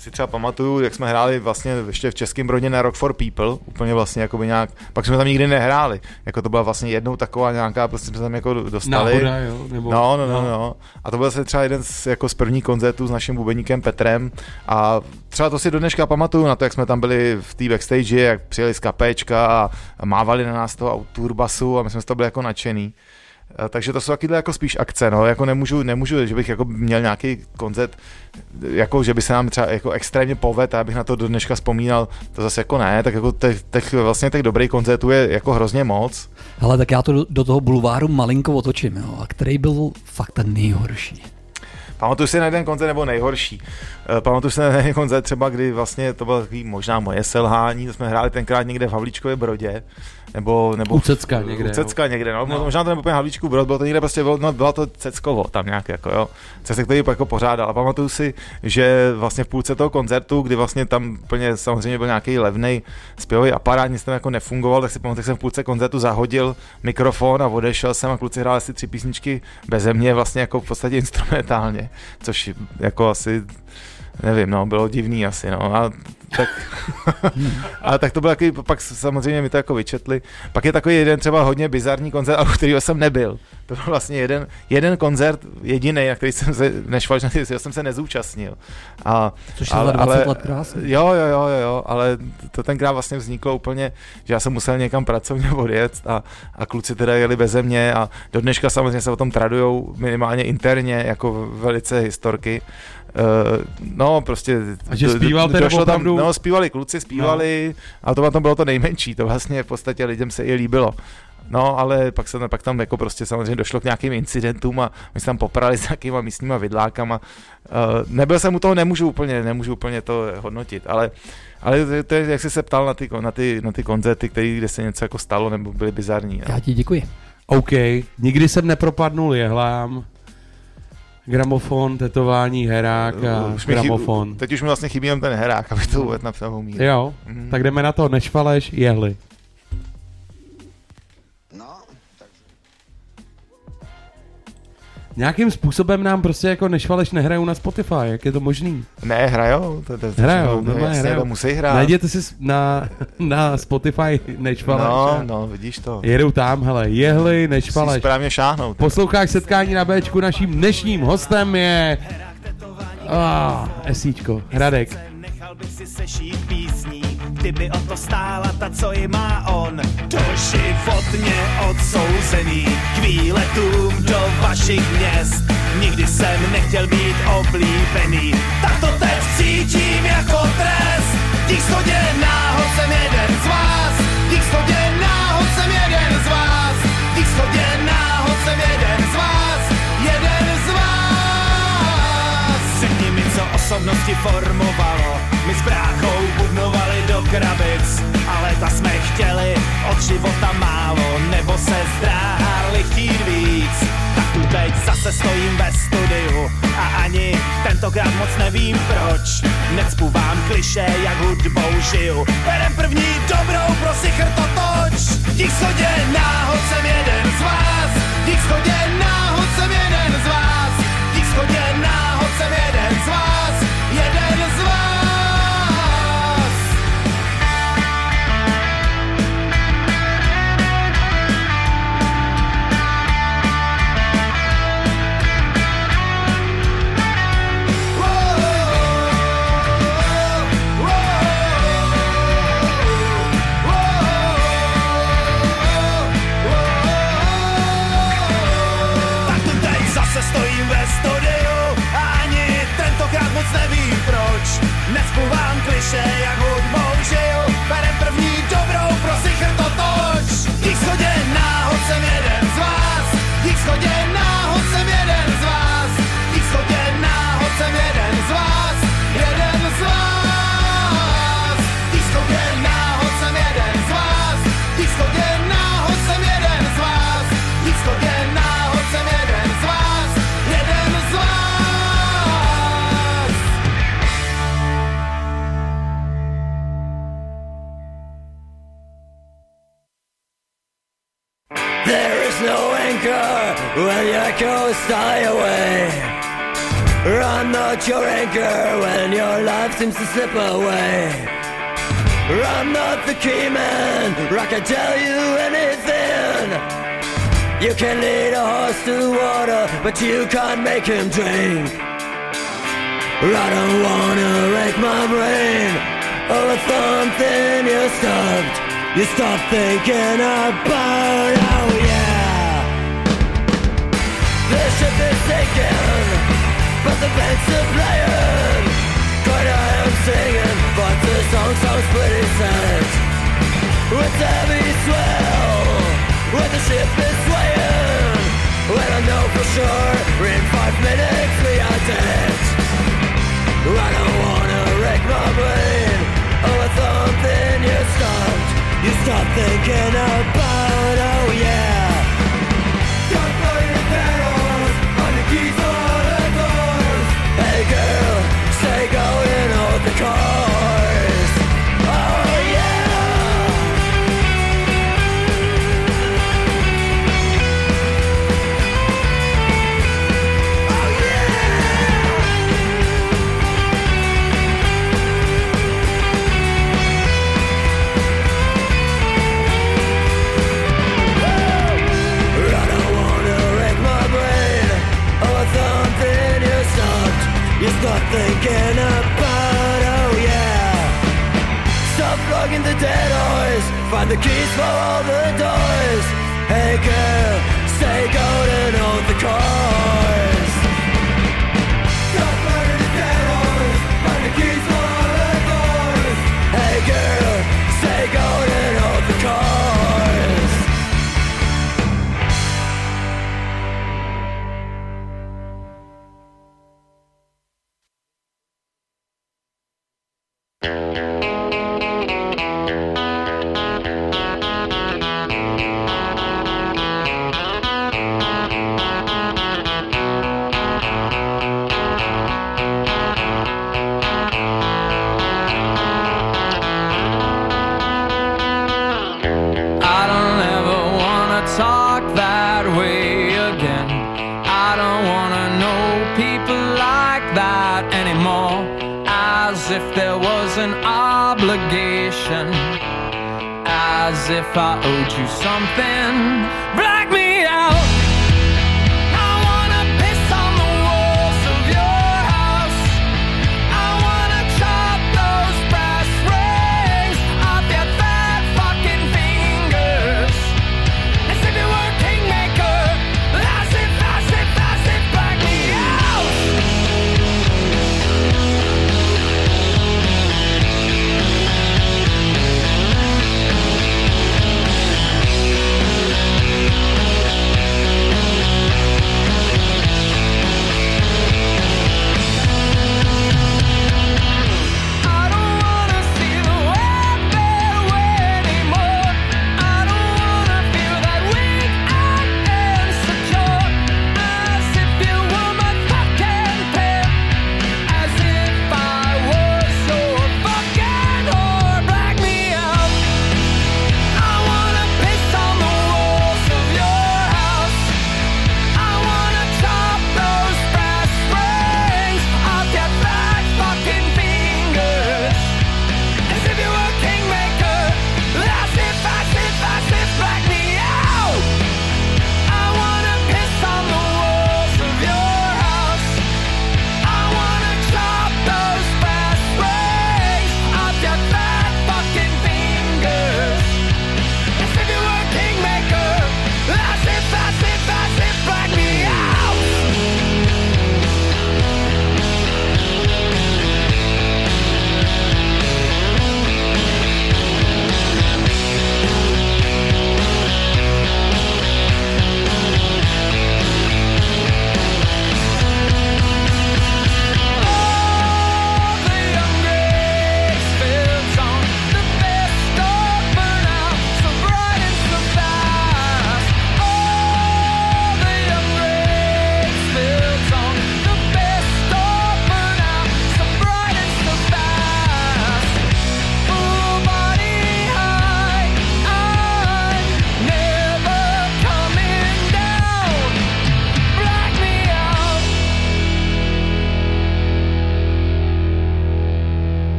si třeba pamatuju, jak jsme hráli vlastně ještě v Českém Brodě na Rock for People, úplně vlastně jakoby nějak, pak jsme tam nikdy nehráli, jako to byla vlastně jednou taková nějaká, prostě jsme tam jako dostali. Náhoda, jo? Nebo... No. A to byl se třeba jeden z prvních koncertů s naším bubeníkem Petrem a třeba to si do dneška pamatuju na to, jak jsme tam byli v té backstage, jak přijeli z kapéčka a mávali na nás toho turbasu a my jsme z toho byli jako nadšený. Takže to jsou takové jako spíš akce, no, jako nemůžu, že bych jako měl nějaký koncert, jako že by se nám třeba jako extrémně povedl, abych na to do dneška vzpomínal, to zase jako ne, tak jako těch dobrých koncertů je jako hrozně moc. Hele, tak já to do toho bulváru malinko otočím, jo, a který byl fakt ten nejhorší? Pamatuju si na jeden koncert nebo nejhorší. Pamatuju si na jeden koncert třeba, kdy vlastně to bylo takový možná moje selhání, to jsme hráli tenkrát někde v Havlíčkově Brodě, nebo u Cecka někde, no. Možná to nebyl úplně Havlíčkův Brod, bylo to někde prostě, bylo to Ceckovo tam nějak jako, jo. Cecek to jako pořádal a pamatuju si, že vlastně v půlce toho koncertu, kdy vlastně tam úplně samozřejmě byl nějaký levnej zpěvový aparát, nic tam jako nefungoval, tak si pamatuju, že jsem v půlce koncertu zahodil mikrofon a odešel jsem a kluci hráli asi 3 písničky beze mě vlastně jako v podstatě instrumentálně, což jako asi nevím, no, bylo divný asi, no, a tak to bylo takový, pak samozřejmě mi to jako vyčetli. Pak je takový jeden třeba hodně bizarní koncert, ale u kterého jsem nebyl. To byl vlastně jeden koncert, jediný, na který jsem se, jsem se nezúčastnil. Což je za 20 let krásný. Jo, ale to tenkrát vlastně vzniklo úplně, že já jsem musel někam pracovně odjet a kluci teda jeli beze mě a do dneška samozřejmě se o tom tradujou minimálně interně, jako velice historky. No prostě a že zpíval teda opravdu? No, zpívali kluci, a to bylo to nejmenší, to vlastně v podstatě lidem se i líbilo. No, ale pak tam jako prostě samozřejmě došlo k nějakým incidentům a my jsme tam poprali s nějakýma místníma vidlákama. Nebyl jsem u toho, nemůžu úplně to hodnotit, ale to je, jak jsi se ptal na ty koncerty, kde se něco jako stalo nebo byly bizarní. No. Já ti děkuji. OK, nikdy jsem nepropadnul jehlám. Gramofon, tetování, herák a gramofon. Teď už mi vlastně chybí ten herák, aby to uvedl na pravou míru. Jo, tak jdeme na to, Nešvaleš, jehly. Nějakým způsobem nám prostě jako Nešvaleš nehrajou na Spotify, jak je to možný? Ne, hrajou. Hrajou. Musí hrát. Najděte si na Spotify Nešvaleš. No, vidíš to. Jedou tam, hele, jehly, Nešvaleš. Musí správně šáhnout. Posloucháš setkání na Bčku, naším dnešním hostem je... Esíčko, Hradek. Nechal bych si sešít písní, kdyby o to stála ta, co ji má on. Doživotně odsouzený k výletům do vašich měst. Nikdy jsem nechtěl být oblíbený, tak to teď cítím jako trest. Dík schodě náhod jsem jeden z vás, dík schodě náhod jsem jeden z vás, dík schodě náhod jsem jeden z vás, jeden z vás. Řekni mi, co osobnosti formovalo, my s bráchou budnovali do krabic, ale ta jsme chtěli od života málo, nebo se zdráhali chtít víc. Tak tu teď zase stojím ve studiu a ani tentokrát moc nevím proč. Necpu vám klišé, jak hudbou žiju, berem první dobrou, pro sichr to toč. Dík schodě náhod jsem jeden z vás, dík schodě náhod jsem jeden z vás, dík schodě náhod jsem jeden z vás, jeden z vás. Stojím ve studiu a ani tentokrát moc nevím proč. Necpu vám klišé, jak hudbou žiju, berem první dobrou, pro sichr to toč. Dík schodě náhod jsem jeden z vás, dík schodě náhod jsem jeden z vás, dík schodě náhod jsem jeden z vás, jeden z vás. Dík schodě náhod jsem jeden z vás, dík schodě náhod jsem jeden z vás, dík schodě náhod jsem jeden z vás. There is no anchor when your echoes die away. I'm not your anchor when your life seems to slip away. I'm not the key man, I can tell you anything. You can lead a horse to water, but you can't make him drink. I don't wanna wreck my brain over something you stopped. You stopped thinking about, oh yeah. The ship is sinking, but the band's still playing. Quite I am singing, but the song's pretty sad. With heavy swell, when the ship is swaying. When I know for sure, in 5 minutes we are dead. I don't wanna wreck my brain over something you stopped. You stopped thinking about, oh yeah. Stop playing barrels on the keys to all the doors. Hey girl, stay going, hold the course. Oh yeah. Oh yeah. I don't wanna wreck my brain over something you stopped. You stopped thinking about, oh yeah. Stop flogging the dead horse, find the keys for all the doors. Hey girl, stay golden, hold the course. Stop flogging the dead horse, find the keys for all the doors. Hey girl, stay golden, hold the course. I don't ever wanna talk that way again. I don't wanna know people like that anymore. As if there was an obligation, as if I owed you something. Black me out. I wanna piss on the walls of your house. I wanna chop those brass rings off your fat fucking fingers. As if you were a kingmaker. As if, black me out.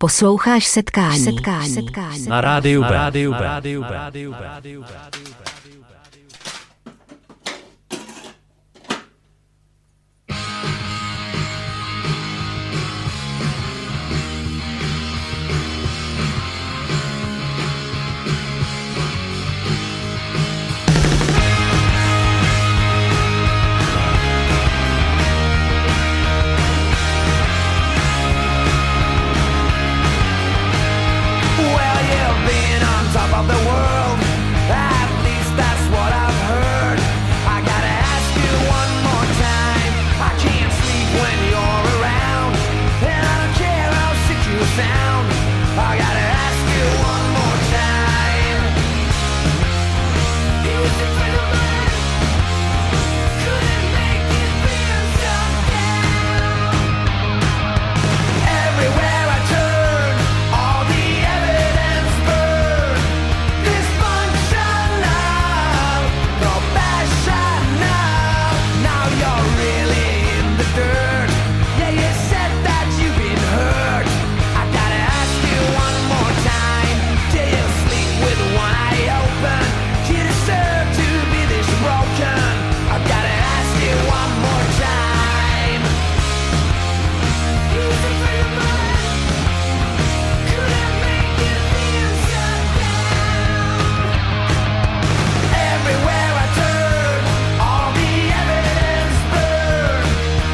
Posloucháš setkání. Na rádiu B. Of the world, at least that's what I've heard. I gotta ask you one more time. I can't sleep when you're around, and I don't care how sick you sound. I gotta ask you one more time. Is it for the man? Could it make you feel so down? Everywhere I turn, all the evidence burns. Now you're really in the dirt. Yeah, you said that you've been hurt. I gotta ask you one more time. Do you sleep with one eye open? Do you deserve to be this broken? I gotta ask you one more time. Is it for your mind? Could it make you feel so down? Everywhere I turn, all the evidence burn.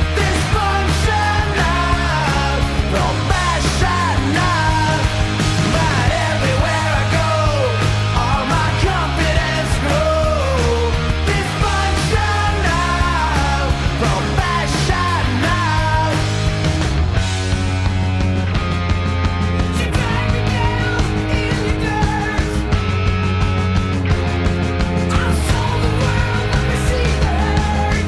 Dysfunctional, professional. But everywhere I go, all my confidence grows. Dysfunctional, professional. You drag me down in the dirt. I'll show the world let me see the hurt.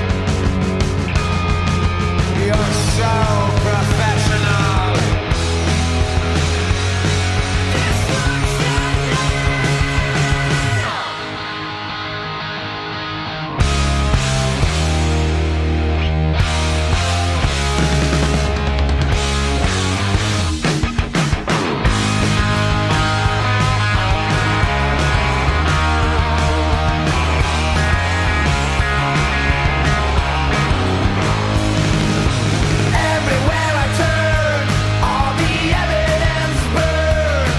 You're so professional. Everywhere I turn, all the evidence burn.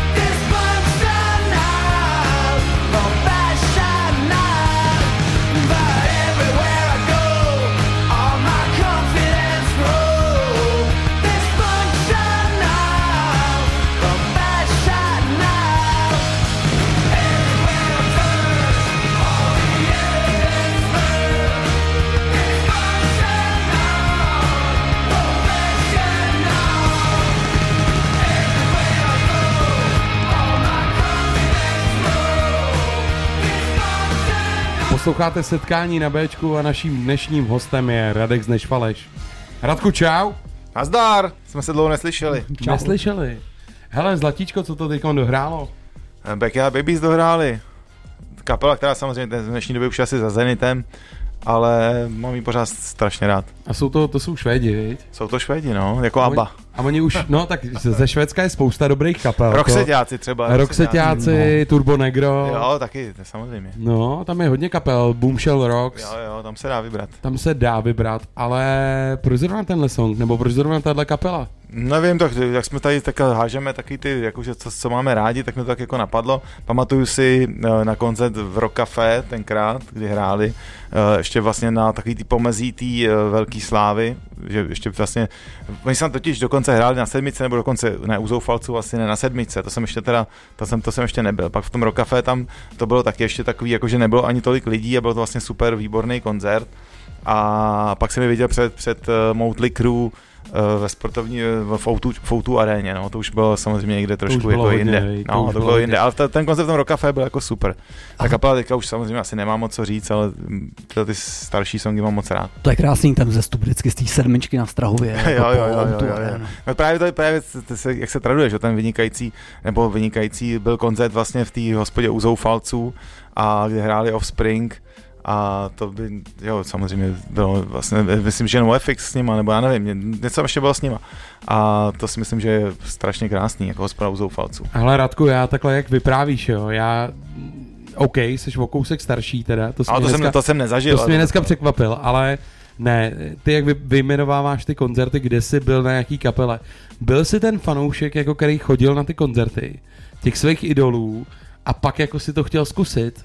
Dysfunctional, professional. But everywhere I go, all my confidence grows. Dysfunctional, professional. Everywhere I turn, all the evidence burn. Posloucháte setkání na Bčku a naším dnešním hostem je Radek z Nešvaleš. Radku, čau. Nazdar, jsme se dlouho neslyšeli. Neslyšeli. Hele, Zlatíčko, co to teďkon dohrálo? Backyard Babies dohráli. Kapela, která samozřejmě v dnešní době už asi za Zenitem, ale mám ji pořád strašně rád. A to jsou Švédi, viď? Jsou to Švédi, no, jako ABBA. A oni už, no tak ze Švédska je spousta dobrých kapel. Rockseťáci třeba. Rockseťáci, no. Turbo Negro. Jo, taky, samozřejmě. No, tam je hodně kapel, Boomshell Rocks. Jo, tam se dá vybrat. Ale proč zrovna tenhle song, nebo proč zrovna tahle kapela? Nevím, tak jak jsme tady tak hážeme taky ty, jakože co máme rádi, tak mi to tak jako napadlo. Pamatuju si na koncert v Rock Café tenkrát, kdy hráli, ještě vlastně na takový ty pomezí té velký slávy, že ještě vlastně, oni jsem totiž dokonce hráli na 7, nebo dokonce ne u Zoufalců, asi ne na 7, to jsem ještě nebyl. Pak v tom Rock Café tam to bylo taky ještě takový, jakože nebylo ani tolik lidí a byl to vlastně super výborný koncert. A pak jsem je viděl před Motley Crue ve sportovní v O2 aréně, no, to už bylo samozřejmě někde trošku jako hodně, jinde. No, to bylo jinde, ale ten koncept v tom Rock Café byl jako super. Ta kapela teďka už samozřejmě asi nemá moc co říct, ale ty starší songy mám moc rád. To je krásný ten vzestup vždycky z té 7 na Strahově. Jo. No právě jak se traduje, že ten vynikající byl koncert vlastně v té hospodě u Zoufalců, a kde hráli Offspring A to by, jo, samozřejmě bylo vlastně, myslím, že NoFX s nima, nebo já nevím, něco ještě bylo s nima. A to si myslím, že je strašně krásný, jako Hospoda u zoufalců. Hele Radku, já takhle jak vyprávíš, jo, OK, jsi o kousek starší teda. To jsem nezažil. To jsi mě dneska překvapil, ale ne, ty jak vyjmenováváš ty koncerty, kde jsi byl na jaký kapele. Byl jsi ten fanoušek, jako který chodil na ty koncerty, těch svých idolů a pak jako si to chtěl zkusit?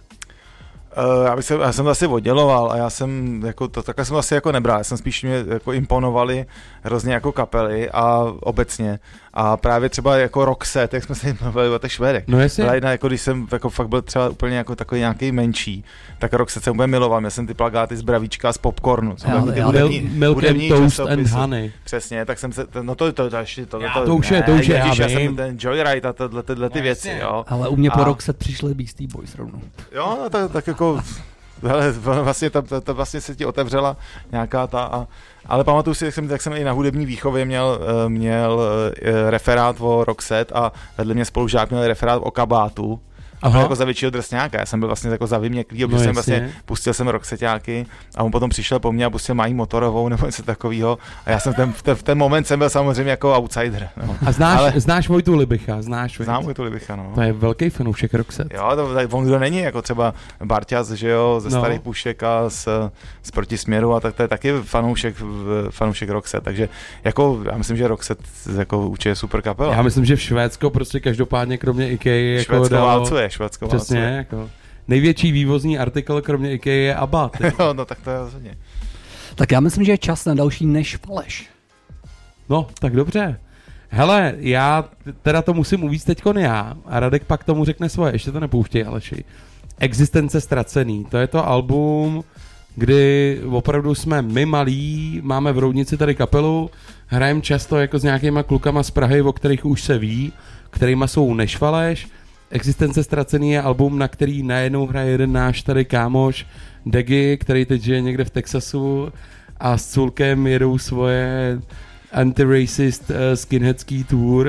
Já jsem to asi odděloval a já jsem jako takhle jsem to asi jako nebral, já jsem spíš mě jako imponovali hrozně jako kapely a obecně a právě třeba jako Roxette, jak jsme se mluvili o těch Švédech. No jasně. Jako když jsem jako fakt byl třeba úplně jako takový nějaký menší, tak Roxette jsem úplně miloval, měl jsem ty plakáty z Bravíčka z Popcornu. Milk and Toast and Honey. Přesně, tak jsem se, no to už je, já jsem ten Joyride a tyhle ty věci, jo. Ale u mě po Roxette přišli Beastie Boys rovnou. Jo, no tak jako hele, vlastně ta vlastně se ti otevřela nějaká ta ale pamatuju si, jak jsem i na hudební výchově měl referát o Roxette a vedle mě spolužák měl referát o kabátu. Jako za většího drsňáka, já jsem byl vlastně jako za vyměklý, protože jsem vlastně pustil jsem Roxetťáky a on potom přišel po mně a pustil Mají motorovou nebo něco takového a já jsem v ten moment jsem byl samozřejmě jako outsider. No. A znáš Vojtu Libicha? Znám Vojtu Libicha, no. To je velký fanoušek Roxette. Jo, on kdo není, jako třeba Barťas, že jo, ze Starých Pušek a z Protisměru a tak to je taky fanoušek Roxette, takže jako já myslím, že Roxette jako určitě je super kapela. Já myslím, že v Švédsko prostě každopádně kromě IKEA jako Švédsko přesně, jako největší vývozní artikl kromě IKEA je ABBA. Jo, no tak to je rozhodně. Tak já myslím, že je čas na další Než faleš. No, tak dobře. Hele, já teda to musím uvíct teďkon já a Radek pak tomu řekne svoje, ještě to nepouštěj, Aleši. Existence ztracený, to je to album, kdy opravdu jsme my malí, máme v Roudnici tady kapelu, hrajeme často jako s nějakýma klukama z Prahy, o kterých už se ví, kterýma jsou Než faleš. Existence ztracený je album, na který najednou hraje jeden náš tady kámoš Degi, který teď žije někde v Texasu a s Culkem jedou svoje anti-racist skinheadský tour.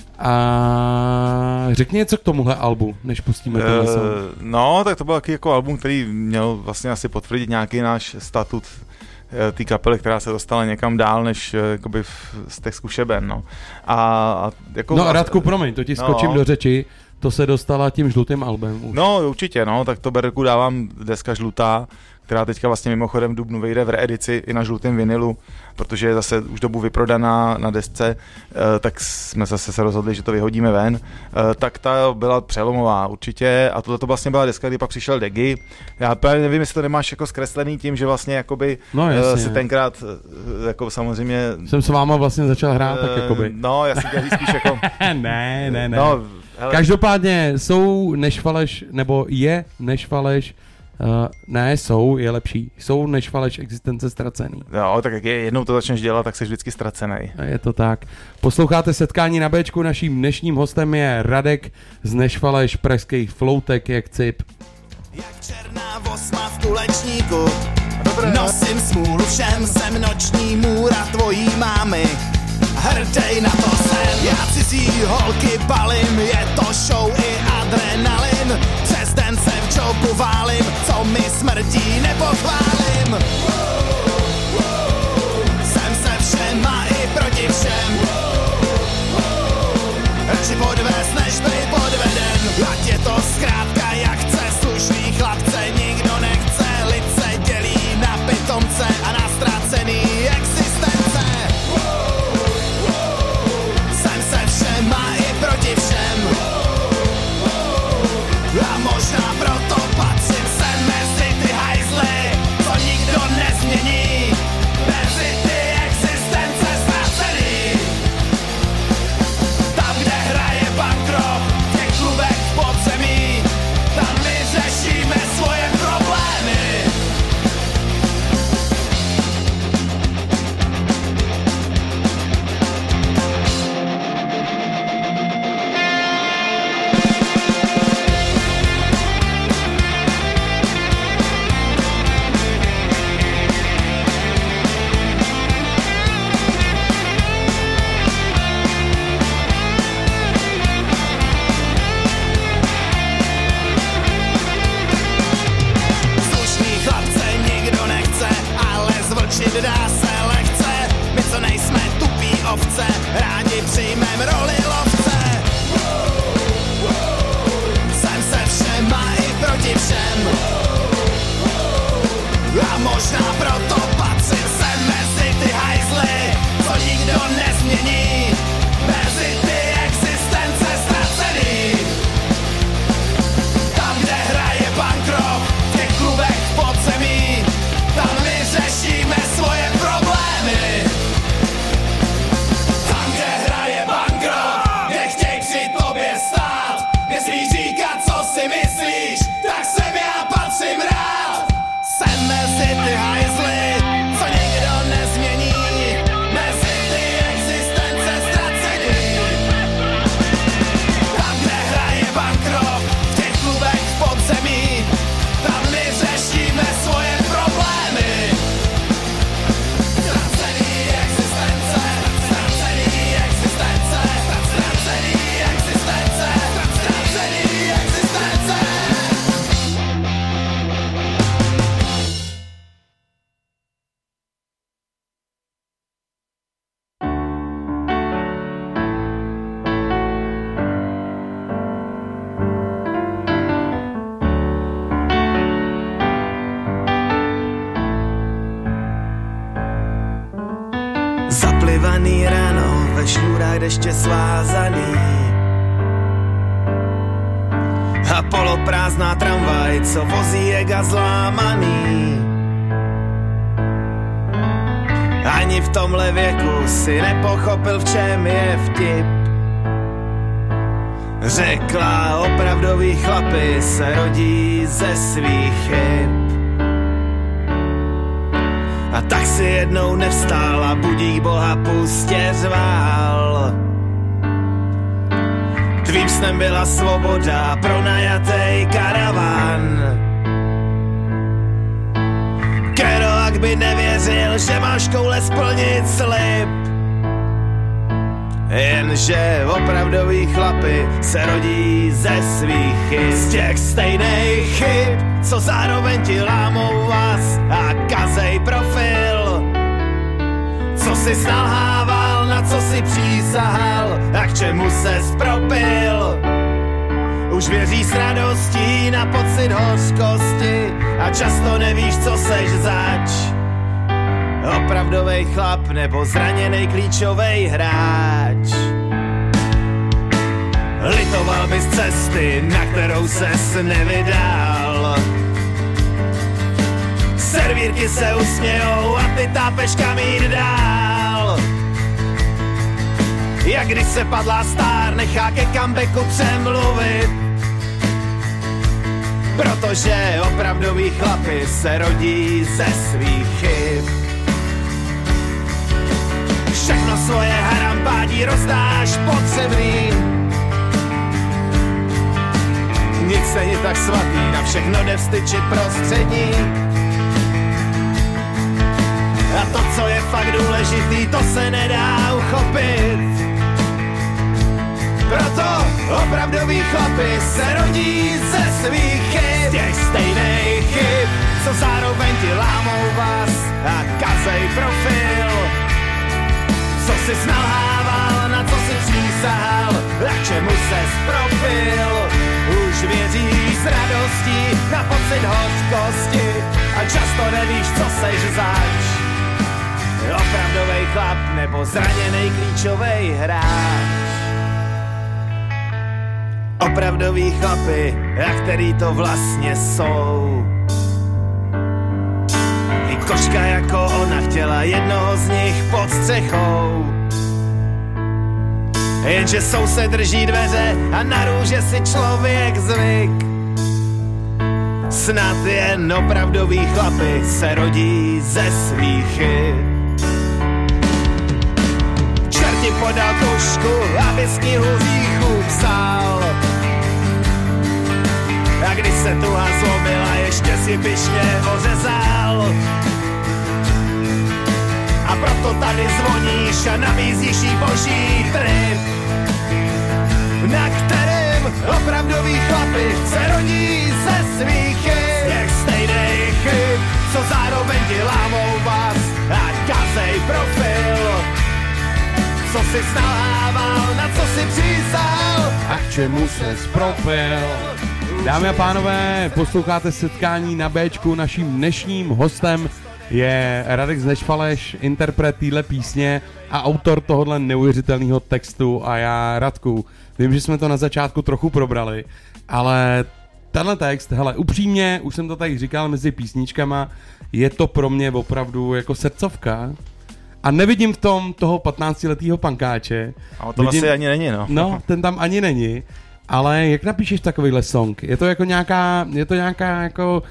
A řekni něco k tomuhle albu, než pustíme tenhle song. No, tak to byl taky jako album, který měl vlastně asi potvrdit nějaký náš statut té kapely, která se dostala někam dál, než jakoby z těch zkušeben, no. A jako no a Radku, promiň, to ti skočím do řeči, to se dostala tím žlutým albem už. No určitě, no, tak to Berku dávám deska žlutá, která teďka vlastně mimochodem v dubnu vyjde v reedici i na žlutém vinilu, protože je zase už dobu vyprodaná na desce, tak jsme zase se rozhodli, že to vyhodíme ven, tak ta byla přelomová určitě a tohle to vlastně byla deska, kdy pak přišel Degi. Já právě nevím, jestli to nemáš jako zkreslený tím, že vlastně jakoby si tenkrát jako samozřejmě... Jsem s váma vlastně začal hrát, tak jakoby. No, já si chtěl říct spíš jako... ne. No, hele. Každopádně jsou Než faleš, nebo je Než faleš, je lepší. Jsou Než faleš Existence ztracený. Jo, tak jak jednou to začneš dělat, tak jsi vždycky ztracený. Je to tak. Posloucháte Setkání na Bčku, naším dnešním hostem je Radek z Než faleš, pražských Floutek jak cip. Jak černá osma v tulečníku, nosím smůlu všem, jsem noční můra tvojí mámy. Hrdej na to jsem, já cizí holky balím, je to show i adrenalin. Přes den se v jobu válím, co mi smrdí nepochválím. Jsem se všem a i proti všem. Radši podvést, než být podveden. Ať je to zkrátka jak chce, slušný chlapce nikdo nechce. Lid se dělí na pitomce a na ztracený existence. Jsem se všem a i proti všem. A možná proto patřím sem mezi ty hajzly. Možná proto patřím sem mezi ty hajzly, co nikdo nezmění, mezi ty existence ztracený. Tam, kde hraje bankrot, v těch klubech v podzemí, tam my řešíme svoje problémy. Tam, kde hraje bankrot, nechtěj při tobě stát, nesmíš říkat, co si myslíš, tak sem já patřím rád. Jsem mezi ty hajzly, co nikdo nezmění, mezi ty existence ztracený. Tam, kde hraje bankrot, v těch klubech v podzemí, tam my řešíme svoje problémy. Ztracený existence, ztracený existence, ztracený existence, ztracený existence. Zaplivaný ráno, ve šňůrách deště svázaný a poloprázdná tramvaj, co vozí ega zlámaný. Ani v tomhle věku si nepochopil, v čem je vtip. Řekla, opravdoví chlapi se rodí ze svých chyb. A tak si jednou nevstál a budík Boha pustě řval. Tvým snem byla svoboda, pronajatej karavan. Kerouac by nevěřil, že máš koule splnit slib. Jenže opravdoví chlapi se rodí ze svých chyb. Z těch stejných chyb, co zároveň ti lámou vás a kazej profil. Co si nalhával, na co si přísahal a k čemu ses propil. Už věříš s radostí na pocit hořkosti a často nevíš, co seš zač. Opravdovej chlap nebo zraněnej klíčovej hráč. Litoval bys cesty, na kterou ses nevydal. Servírky se usmějou a ty tápeš kam jít dál. Jak když se padlá star, nechá ke comebacku přemluvit. Protože opravdoví chlapi se rodí ze svých chyb. Všechno svoje harampádí rozdáš potřebným. Nic není tak svatý, na všechno jde vstyčit prostředí. A to, co je fakt důležitý, to se nedá uchopit. Proto opravdoví chlapi se rodí ze svých chyb. Z těch stejných chyb, co zároveň ti lámou vás a kazej profil. Co si nalhával, na co si přísahal a k čemu ses propil. Už věříš s radostí na pocit hořkosti a často nevíš, co seš zač. Opravdovej chlap nebo zraněnej klíčovej hráč. Opravdoví chlapi, a který to vlastně jsou. I kočka jako ona chtěla jednoho z nich pod střechou. Jenže soused drží dveře a na růže si člověk zvyk. Snad jen opravdoví chlapi se rodí ze svých chyb. Čert ti podal tušku, aby z knihu hříchů psal. A když se tuha zlomila, ještě si pyšně ořezal. A proto tady zvoníš a nabízíš jí boží trip, na kterém opravdoví chlapi se rodí ze svých chyb. Z těch stejných chyb, co zároveň ti lámou vás a kazej profil. Co si nalhával, na co si přísahal a k čemu ses propil. Dámy a pánové, posloucháte Setkání na Béčku. Naším dnešním hostem je Radek Znešfaleš, interpret téhle písně a autor tohohle neuvěřitelného textu. A já, Radku, vím, že jsme to na začátku trochu probrali, ale tenhle text, hele, upřímně, už jsem to tady říkal mezi písničkama, je to pro mě opravdu jako srdcovka. A nevidím v tom toho 15letého pankáče. A to asi ani není, no. No, ten tam ani není. Ale jak napíšeš takovýhle song? Je to nějaká jako,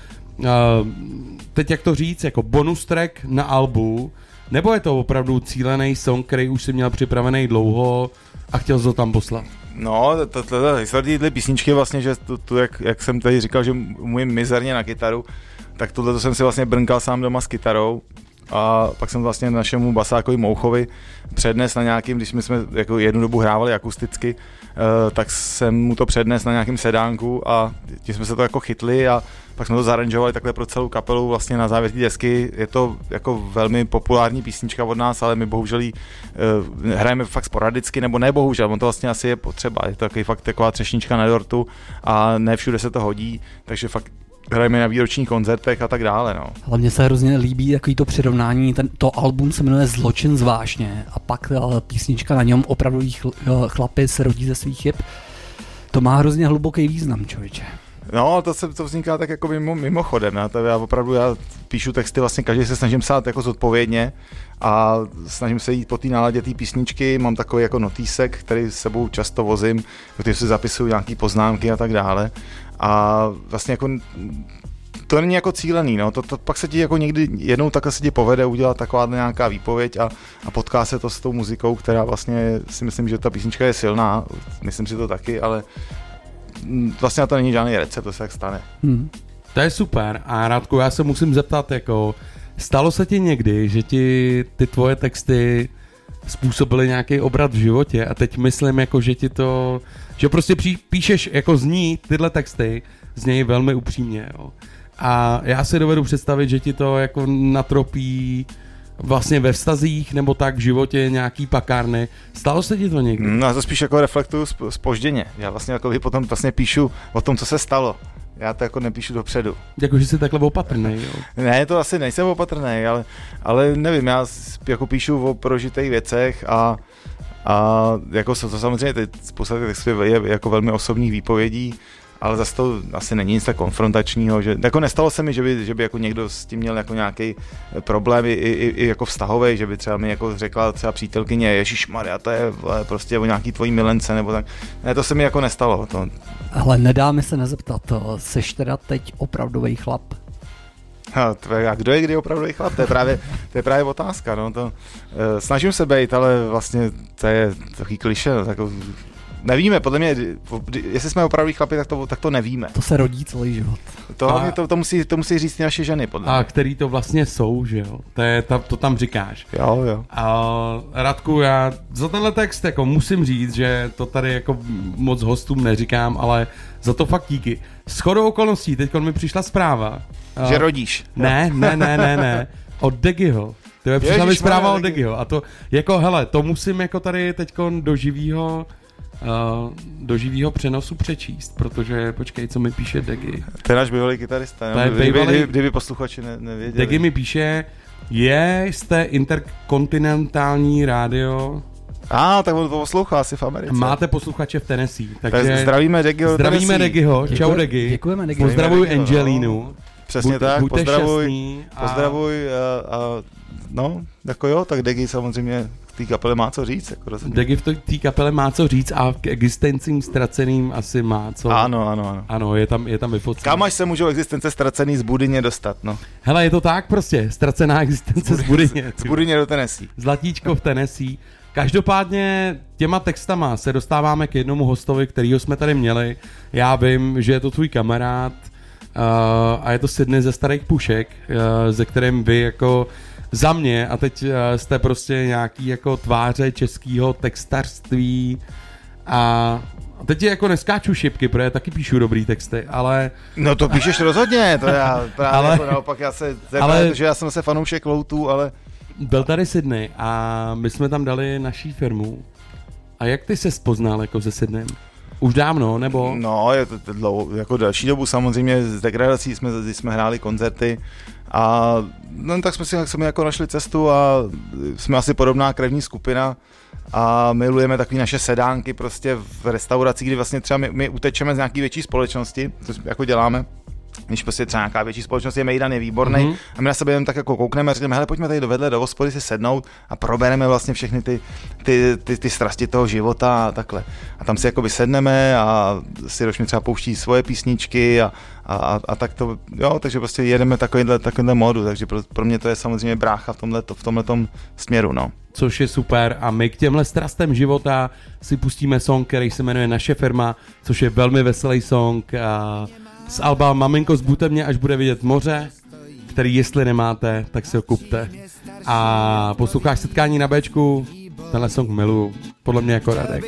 teď jak to říct, jako bonus track na albu, nebo je to opravdu cílený song, který už si měl připravený dlouho a chtěl to tam poslat? No, historie téhle písničky vlastně, že tu jak jsem tady říkal, že umím mizerně na kytaru, tak tohle jsem si vlastně brnkal sám doma s kytarou. A pak jsem vlastně našemu basákovi Mouchovi přednes na nějakým, když my jsme jako jednu dobu hrávali akusticky, tak jsem mu to přednes na nějakým sedánku a tím jsme se to jako chytli a pak jsme to zaranžovali takhle pro celou kapelu vlastně na závěr té desky. Je to jako velmi populární písnička od nás, ale my bohužel ji hrajeme fakt sporadicky, nebo ne bohužel, on to vlastně asi je potřeba. Je to taková třešnička na dortu a ne všude se to hodí, takže fakt hrajeme na výročních koncertech a tak dále, no. Ale mně se hrozně líbí takový to přirovnání, to album se jmenuje Zločin zvážně a pak písnička na něm Opravdoví chlapi se rodí ze svých chyb. To má hrozně hluboký význam, člověče. No, to vzniká tak jako mimochodem. Já píšu texty, vlastně každý se snažím psát jako zodpovědně a snažím se jít po té náladě té písničky. Mám takový jako notýsek, který s sebou často vozím, který si zapisuju nějaký poznámky a tak dále. A vlastně jako to není jako cílený, no. To pak se ti jako někdy jednou takhle se ti povede udělat taková nějaká výpověď a potká se to s tou muzikou, která vlastně si myslím, že ta písnička je silná, myslím si to taky, ale vlastně to není žádný recept, to se tak stane. To je super a Radku, já se musím zeptat, jako stalo se ti někdy, že ti ty tvoje texty způsobily nějaký obrat v životě a teď myslím, jako že ti to, že prostě píšeš jako zní tyhle texty, znějí velmi upřímně, jo. A já si dovedu představit, že ti to jako natropí vlastně ve vztazích nebo tak v životě nějaký pakárny. Stalo se ti to někdy? No já to spíš jako reflektuju zpožděně. Já vlastně jako potom vlastně píšu o tom, co se stalo. Já to jako nepíšu dopředu. Jakože jsi takhle opatrnej, jo? Ne, to asi nejsem opatrnej, ale nevím, já jako píšu o prožitých věcech a jako to samozřejmě spousta textů je jako velmi osobních výpovědí, ale zase to asi není nic tak konfrontačního, že jako nestalo se mi, že by jako někdo s tím měl jako nějaký problém i jako vztahový, že by třeba mi jako řekla třeba přítelkyně, ježišmarja, to je prostě o nějaký tvojí milence nebo tak. Ne, to se mi jako nestalo. To. Ale nedá mi se nezeptat, seš teda teď opravdový chlap? A kdo je kdy opravdový chlap? To je právě otázka. No. Snažím se být, ale vlastně to je takový klišé. No, nevíme, podle mě, jestli jsme opravdu chlapi, tak to nevíme. To se rodí celý život. To musí říct naše ženy, podle mě. A který to vlastně jsou, že jo? To tam říkáš. Jo. A Radku, já za tenhle text jako musím říct, že to tady jako moc hostům neříkám, ale za to fakt díky. Shodou okolností, teď mi přišla zpráva. Že rodíš. Ne. Od Degiho. To přišla mi zpráva od Degiho. A to jako, hele, to musím jako tady teďkon do živýho přenosu přečíst, protože počkej, co mi píše Degi. To je náš bývalý kytarista, kdyby posluchači nevěděli. Degi mi píše, jste interkontinentální rádio. Tak on to poslouchá asi v Americe. Máte posluchače v Tennessee. Takže zdravíme Degiho. Zdravíme Degiho, čau Degi. Děkujeme Degi. Pozdravuj Angelínu. Přesně tak, pozdravuj. Jako jo, tak Degi samozřejmě v té kapele má co říct. Jako Degi v té kapele má co říct a k existencím ztraceným asi má co. Ano. Ano, je tam vyfocený. Kam až se můžou existence ztracený z Budyně dostat, no. Hele, je to tak prostě, ztracená existence z Budyně. Z Budyně do Tennessee. Zlatíčko v Tennessee. Každopádně těma textama se dostáváme k jednomu hostovi, kterýho jsme tady měli. Já vím, že je to tvůj kamarád a je to Sydney ze Starých pušek, ze kterým vy jako za mě, a teď jste prostě nějaký jako tváře českého textařství a teď jako neskáču šipky, protože já taky píšu dobrý texty, ale... No to píšeš rozhodně, to já právě jako naopak, že já jsem se fanoušek loutů, ale... Byl tady Sydney a my jsme tam dali naší firmu. A jak ty se poznal jako se Sydneyem? Už dávno, nebo? No, je to dlouho, jako další dobu samozřejmě, s Degradací jsme hráli koncerty a no, tak jsme jako našli cestu a jsme asi podobná krevní skupina a milujeme takové naše sedánky prostě v restauraci, kdy vlastně třeba my utečeme z nějaký větší společnosti, to jako děláme. Když prostě třeba nějaká větší společnost je Mejdan, je výborný a my na sebe jen tak jako koukneme a říkáme, hele, pojďme tady do hospody si sednout a probereme vlastně všechny ty strasti toho života a takhle. A tam si jakoby sedneme a Siroš mi třeba pouští svoje písničky a tak to, jo, takže prostě jedeme takovýhle módu, takže pro mě to je samozřejmě brácha v tomhletom směru, no. Což je super a my k těmhle strastem života si pustíme song, který se jmenuje Naše firma, což je velmi veselý song a z alba Maminko zbudte mě, až bude vidět moře, který jestli nemáte, tak si ho kupte. A posloucháš Setkání na Bčku, tenhle song miluju, podle mě jako Radek.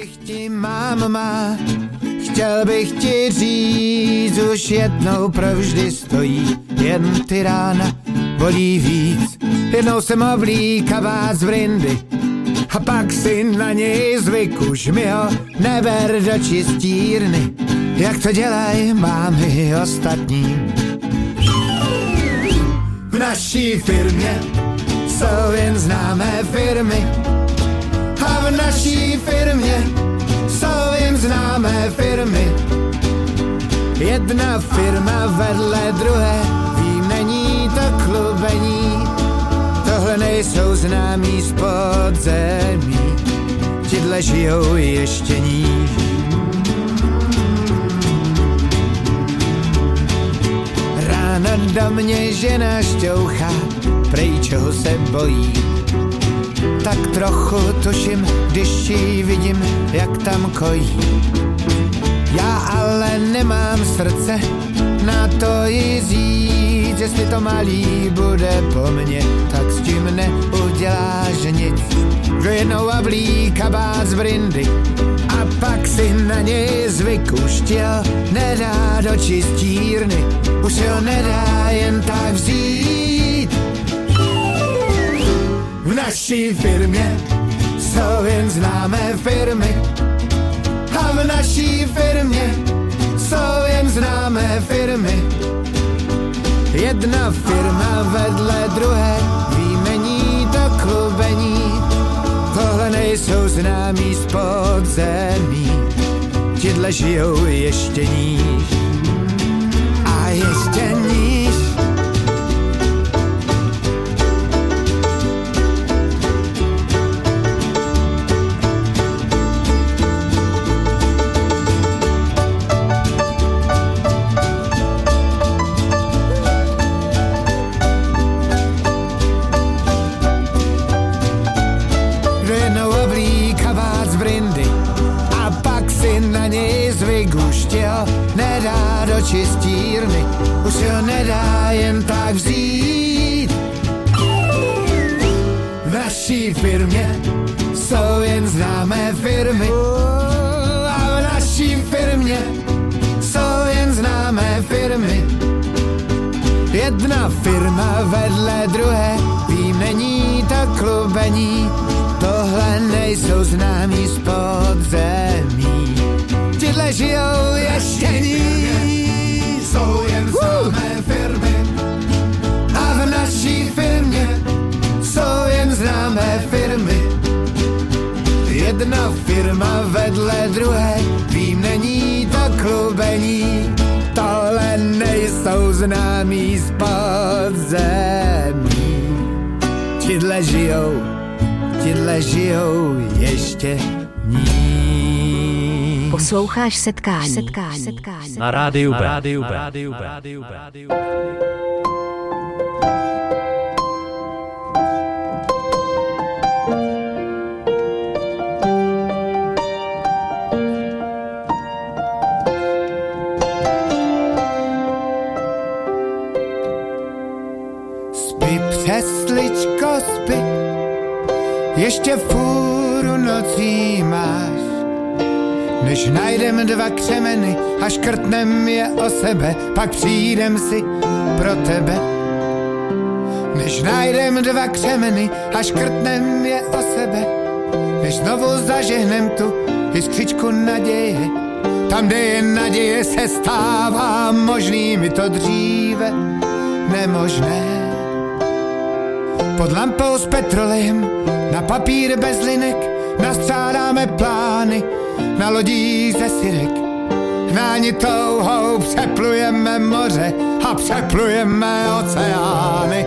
Chtěl bych ti říct, už jednou provždy stojí, jen ty rána bolí víc. Jednou jsem oblík kabát z Vrindy a pak si na něj zvyk, už mi ho neber do čistírny, jak to dělají mámy ostatní. V naší firmě jsou jen známé firmy a v naší firmě jsou jen známé firmy. Jedna firma vedle druhé, vím, není to klubení, tohle nejsou známí z podzemí, tidle žijou ještě níž. Ráno do mě žena šťouchá, prej čeho se bojí. Tak trochu tuším, když ji vidím, jak tam kojí. Já ale nemám srdce na to jí říct, jestli to malý bude po mně, tak s tím neuděláš nic. Kdo jednou oblí kabát z Vrindy a pak si na něj zvyk, už ti ho nedá do čistírny, už si ho nedá jen tak vzít. V naší firmě jsou jen známé firmy a v naší firmě jsou jen známé firmy. Jedna firma vedle druhé, vím, není to klubení, tohle nejsou známí z podzemí, tidle žijou ještě níž a ještě níž. Nedá do čistírny, už si ho nedá jen tak vzít. V naší firmě jsou jen známé firmy a v naší firmě jsou jen známé firmy. Jedna firma vedle druhé, vím, není to klubení, tohle nejsou známí z podzemí, tidle žijou ještě níž. Jsou jen známé firmy a v naší firmě jsou jen známé firmy. Jedna firma vedle druhé, vím, není to klubení, tohle nejsou známí z podzemí, tidle žijou ještě níž. Posloucháš Setkání. Na rádiu B. Spí přesličko, spí, ještě fůru nocí máš. Než najdem 2 křemeny a škrtnem je o sebe, pak přijdem si pro tebe. Než najdem 2 křemeny a škrtnem je o sebe, než znovu zažehnem tu jiskřičku naděje, Tam, kde je naděje, se stává možnými to dříve nemožné. Pod lampou s petrolem, na papír bez linek, nastřádáme plány, na lodích ze sirek. Hnáni touhou přeplujeme moře a přeplujeme oceány.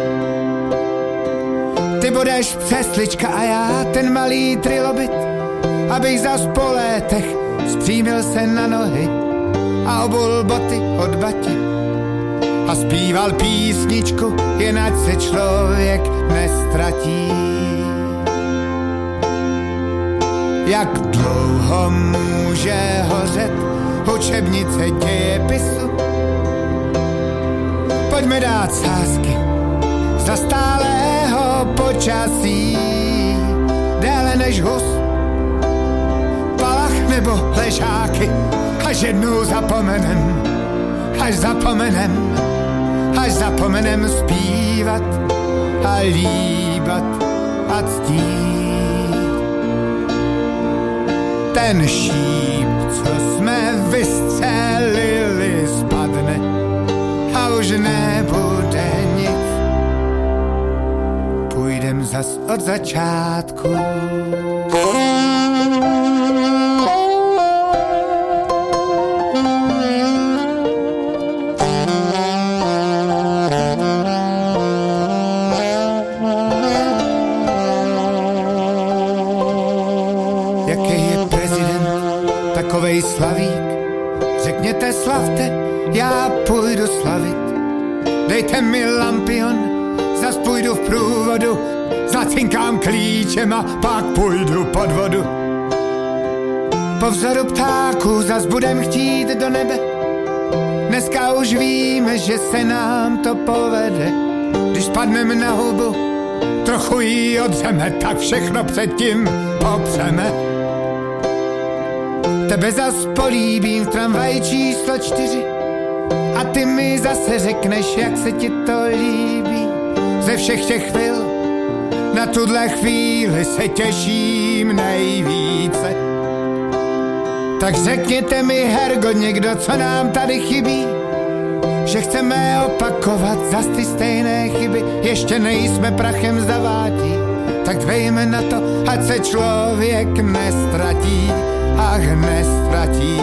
Ty budeš přeslička a já ten malý trilobit, abych zas po létech zpřímil se na nohy a obul boty od bati a zpíval písničku, jen ať se člověk nestratí. Jak dlouho může hořet učebnice dějepisu? Pojďme dát sázky za stálého počasí, déle než hus, palach nebo ležáky, až jednou zapomenem, až zapomenem zpívat a líbat a ctít. Ten šíp, co jsme vystřelili, spadne a už nebude nic. Půjdem zas od začátku. Slavík, řekněte slavte, já půjdu slavit. Dejte mi lampion, zas půjdu v průvodu, zacinkám klíčem a pak půjdu pod vodu. Po vzoru ptáků zas budem chtít do nebe, dneska už víme, že se nám to povede. Když spadneme na hubu, trochu jí odřeme, tak všechno předtím popřeme. Tebe zas políbím v tramvaji číslo 4 a ty mi zase řekneš, jak se ti to líbí. Ze všech těch chvil na tuhle chvíli se těším nejvíce. Tak řekněte mi, Hergo, někdo, co nám tady chybí, že chceme opakovat zas ty stejné chyby, ještě nejsme prachem zavátí, tak dvejme na to, ať se člověk nestratí. Ach, nestratí.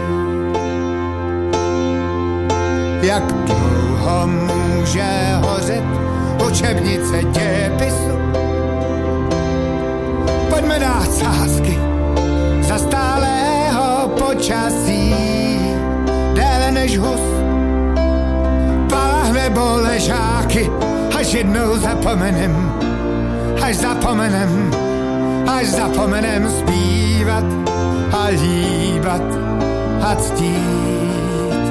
Jak dlouho může hořet učebnice dějepisu? Pojďme dát sázky za stálého počasí, déle než hus, palach nebo ležáky, až jednou zapomenem, až zapomenem zpívat a líbat a ctít.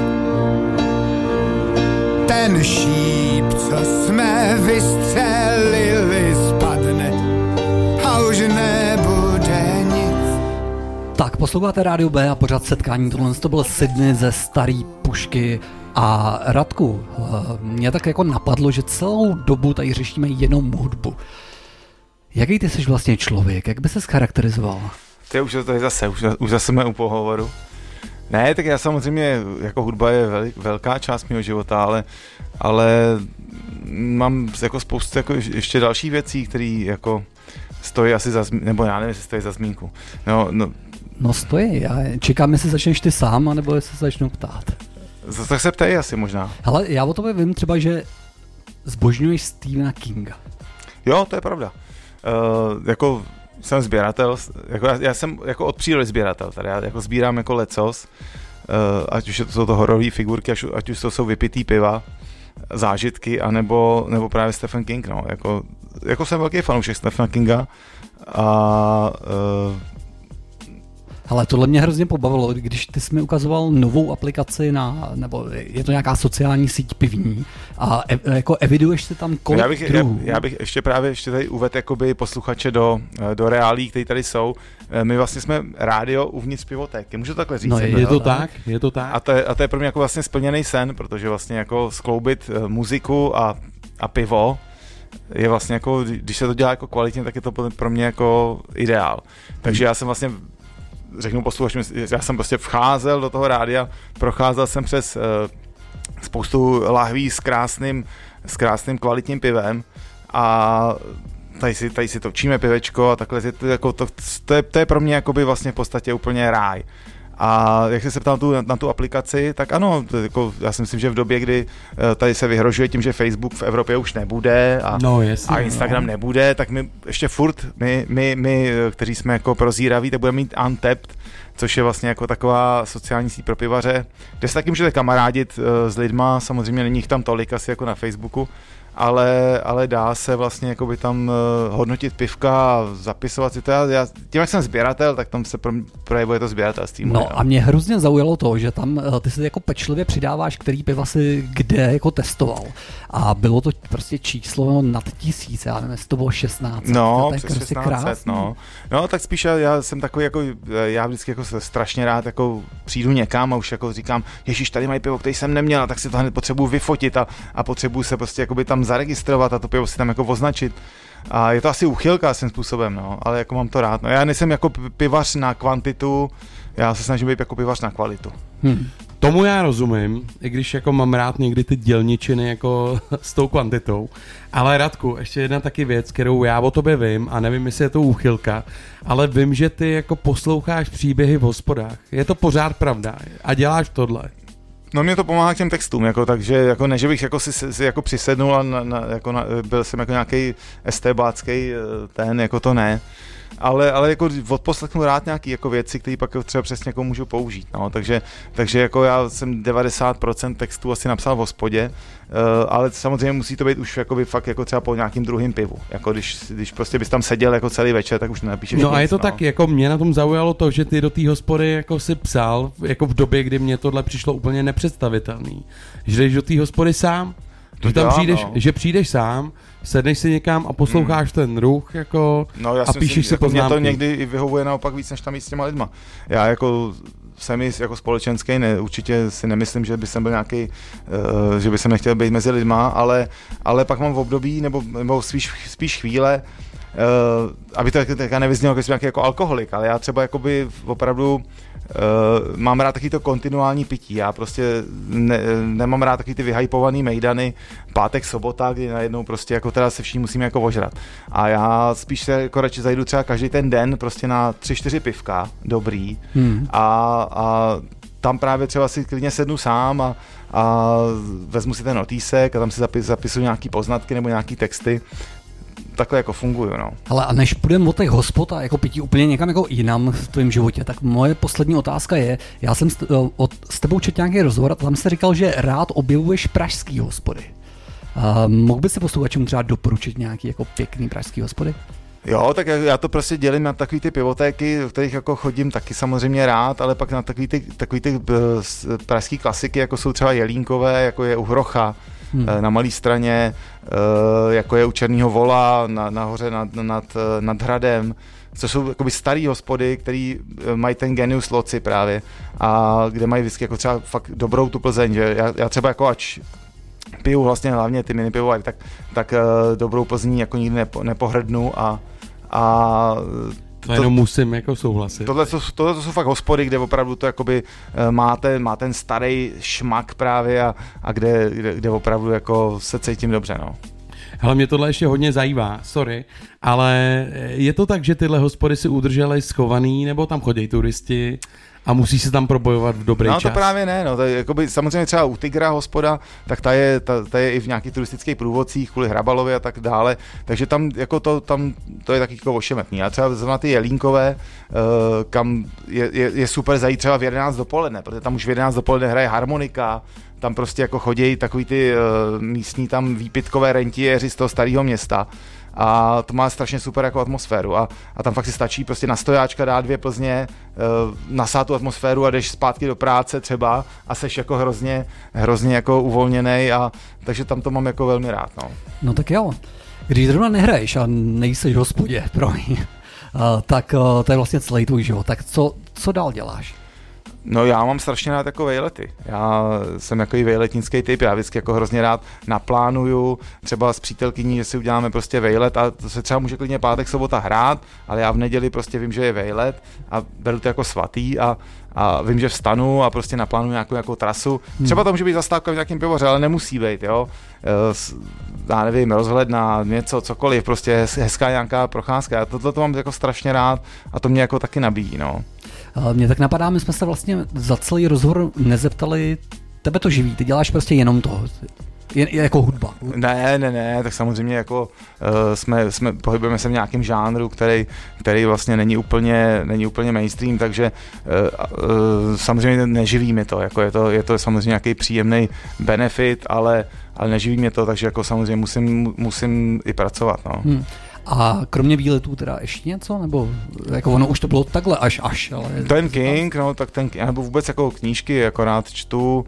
Ten šíp, co jsme vystřelili, spadne a už nebude nic. Tak, posloucháte Rádio B a pořád setkání. Tohle to byl Sydney ze Starý pušky. A Radku, mě tak jako napadlo, že celou dobu tady řešíme jenom hudbu. Jaký ty jsi vlastně člověk? Jak by ses charakterizoval? Ty už zase jsme u pohovoru. Ne, tak já samozřejmě, jako hudba je velká část mého života, ale mám jako spoustu jako ještě další věcí, které jako stojí asi za zmínku, nebo já nevím, jestli stojí za zmínku. No stojí, já čekám, jestli začneš ty sám, anebo jestli se začnou ptát. Tak se ptej asi možná. Hele, já o tobě vím třeba, že zbožňuješ Stephena Kinga. Jo, to je pravda. Jako jsem sběratel, jako já jsem jako od přírody sběratel, tady já jako sbírám jako lecos, ať už jsou to hororové figurky, ať už to jsou vypitý piva, zážitky, anebo právě Stephen King, no, jako jsem velký fanoušek Stephena Kinga a Ale tohle mě hrozně pobavilo, když ty jsi mi ukazoval novou aplikaci nebo je to nějaká sociální síť pivní a jako eviduješ si tam kolik druhů. Já bych ještě tady uvedl jakoby posluchače do reálí, které tady jsou. My vlastně jsme rádio uvnitř pivotéky, můžu takhle říct? No je to tak. A to je pro mě jako vlastně splněný sen, protože vlastně jako skloubit muziku a pivo je vlastně jako, když se to dělá jako kvalitně, tak je to pro mě jako ideál. Takže já jsem vlastně řeknu posluchačům, já jsem prostě vcházel do toho rádia, procházel jsem přes spoustu lahví s krásným kvalitním pivem a tady si točíme pivečko a takhle to je pro mě jakoby vlastně v podstatě úplně ráj. A jak se ptal na tu aplikaci, tak ano, jako já si myslím, že v době, kdy tady se vyhrožuje tím, že Facebook v Evropě už nebude a Instagram nebude, tak my ještě furt, my kteří jsme jako prozíraví, tak budeme mít Untapped, což je vlastně jako taková sociální síť pro pivaře, kde se taky můžete kamarádit s lidma, samozřejmě není jich tam tolik asi jako na Facebooku, ale dá se vlastně jakoby tam hodnotit pivka a zapisovat si to. Já tím, jak jsem sběratel, tak tam se projevuje to sběratelství. No a mě hrozně zaujalo to, že tam ty si jako pečlivě přidáváš, který piva si kde jako testoval. A bylo to prostě číslo nad 1000, já nevím, jestli to bylo 16. No, to je přes 1600, no, tak spíš já jsem takový jako, já vždycky jako strašně rád jako přijdu někam a už jako říkám, ježiš, tady mají pivo, který jsem neměl, tak si to hned potřebuji vyfotit a potřebuji se prostě jakoby tam zaregistrovat a to pivo si tam jako označit. A je to asi úchylka svým způsobem, no, ale jako mám to rád. No, já nejsem jako pivař na kvantitu, já se snažím být jako pivař na kvalitu. Tomu já rozumím, i když jako mám rád někdy ty dělničiny jako s tou kvantitou. Ale Radku, ještě jedna taky věc, kterou já o tobě vím a nevím, jestli je to úchylka, ale vím, že ty jako posloucháš příběhy v hospodách. Je to pořád pravda a děláš tohle. No mě to pomáhá k těm textům, jako, takže jako ne, že bych jako si jako přisednul a byl jsem jako nějaký estébácký ten, jako to ne. Ale jako odposlechnu rád nějaký jako věci, které pak třeba přesně jako můžu použít, no, takže jako já jsem 90% textů asi napsal v hospodě, ale samozřejmě musí to být už jakoby fakt jako třeba po nějakým druhým pivu, jako když prostě bys tam seděl jako celý večer, tak už nenapíšeš No nic, a je to tak, jako mě na tom zaujalo to, že ty do té hospody jako si psal, jako v době, kdy mě tohle přišlo úplně nepředstavitelný, že jdeš do té hospody sám, že přijdeš sám, sedneš si někam a posloucháš ten ruch jako a píšeš si poznámky. Mě to někdy i vyhovuje naopak víc, než tam jít s těma lidma. Já jako jsem jako společenský, určitě si nemyslím, že by jsem byl nějaký, že by jsem nechtěl být mezi lidma, ale pak mám v období, nebo spíš chvíle, aby to teďka nevyznělo, že jsem nějaký jako alkoholik, ale já třeba jakoby opravdu mám rád taky to kontinuální pití. Já prostě nemám rád taky ty vyhypovaný mejdany pátek, sobota, kdy najednou prostě jako teda se všichni musíme jako ožrat. A já spíš se jako radši zajdu třeba každý ten den prostě na 3-4 pivka, dobrý. A tam právě třeba si klidně sednu sám a vezmu si ten notýsek a tam si zapisuju nějaký poznatky nebo nějaký texty. Takhle jako funguju, no. Ale a než půjdeme od těch hospod a jako pití úplně někam jako jinam v tvém životě, tak moje poslední otázka je, já jsem s tebou četl nějaký rozhovor a tam jsi říkal, že rád objevuješ pražský hospody. Mohl by se posluchačům třeba doporučit nějaký jako pěkný pražský hospody? Jo, tak já to prostě dělím na takový ty pivotéky, do kterých jako chodím taky samozřejmě rád, ale pak na takový ty pražský klasiky, jako jsou třeba Jelínkové, jako je u Hrocha, na Malé Straně, jako je u Černýho Vola, nahoře nad Hradem, což jsou jakoby starý hospody, který mají ten genius loci právě a kde mají vždycky jako třeba fakt dobrou tu Plzeň, že já třeba jako ač piju vlastně hlavně ty mini pivovary, tak dobrou Plzní jako nikdy nepohrdnu a to jenom musím jako souhlasit. Tohle jsou fakt hospody, kde opravdu to jakoby má ten starý šmak právě a kde opravdu jako se cítím dobře, no. Hele, mě tohle ještě hodně zajímá, sorry, ale je to tak, že tyhle hospody si udržely schovaný, nebo tam chodí turisti a musí se tam probojovat v dobrý čas? No to právě ne, no, to je, jakoby, samozřejmě třeba u Tigra hospoda, tak ta je i v nějakých turistických průvodcích kvůli Hrabalovi a tak dále, takže tam jako to je taky jako ošemetný. A třeba zrovna ty Jelínkové, kam je super zajít třeba v 11 dopoledne, protože tam už v 11 dopoledne hraje harmonika, tam prostě jako chodí takový ty místní tam výpitkové rentiéři z toho starého města a to má strašně super jako atmosféru a tam fakt si stačí prostě na stojáčka dát 2 Plzně, nasát tu atmosféru a jdeš zpátky do práce třeba a seš jako hrozně jako uvolněnej a takže tam to mám jako velmi rád, no. No tak jo, když zrovna nehraješ a nejseš v hospodě, tak to je vlastně celý tvůj život, tak co dál děláš? No já mám strašně rád jako vejlety. Já jsem jako i vejletnický typ, já vždycky jako hrozně rád naplánuju, třeba s přítelkyní, že si uděláme prostě vejlet a to se třeba může klidně pátek, sobota hrát, ale já v neděli prostě vím, že je vejlet a beru to jako svatý a vím, že vstanu a prostě naplánuju nějakou trasu. Třeba to může být zastávka v nějakém pivoře, ale nemusí být, jo. Já nevím, rozhledna, něco, cokoliv, prostě hezká nějaká procházka. Já tohle to mám jako strašně rád a to mě jako taky nabíjí, no. Mně tak napadá, my jsme se vlastně za celý rozhovor nezeptali, tebe to živí, ty děláš prostě jenom to, jako hudba. Ne, tak samozřejmě jako pohybujeme se v nějakém žánru, který vlastně není úplně mainstream, takže samozřejmě neživí mi to, jako je to samozřejmě nějaký příjemný benefit, ale neživí mě to, takže jako samozřejmě musím i pracovat, no. A kromě výletů teda ještě něco? Nebo jako ono už to bylo takhle až, ale... Ten King, no tak nebo vůbec jako knížky, jako rád čtu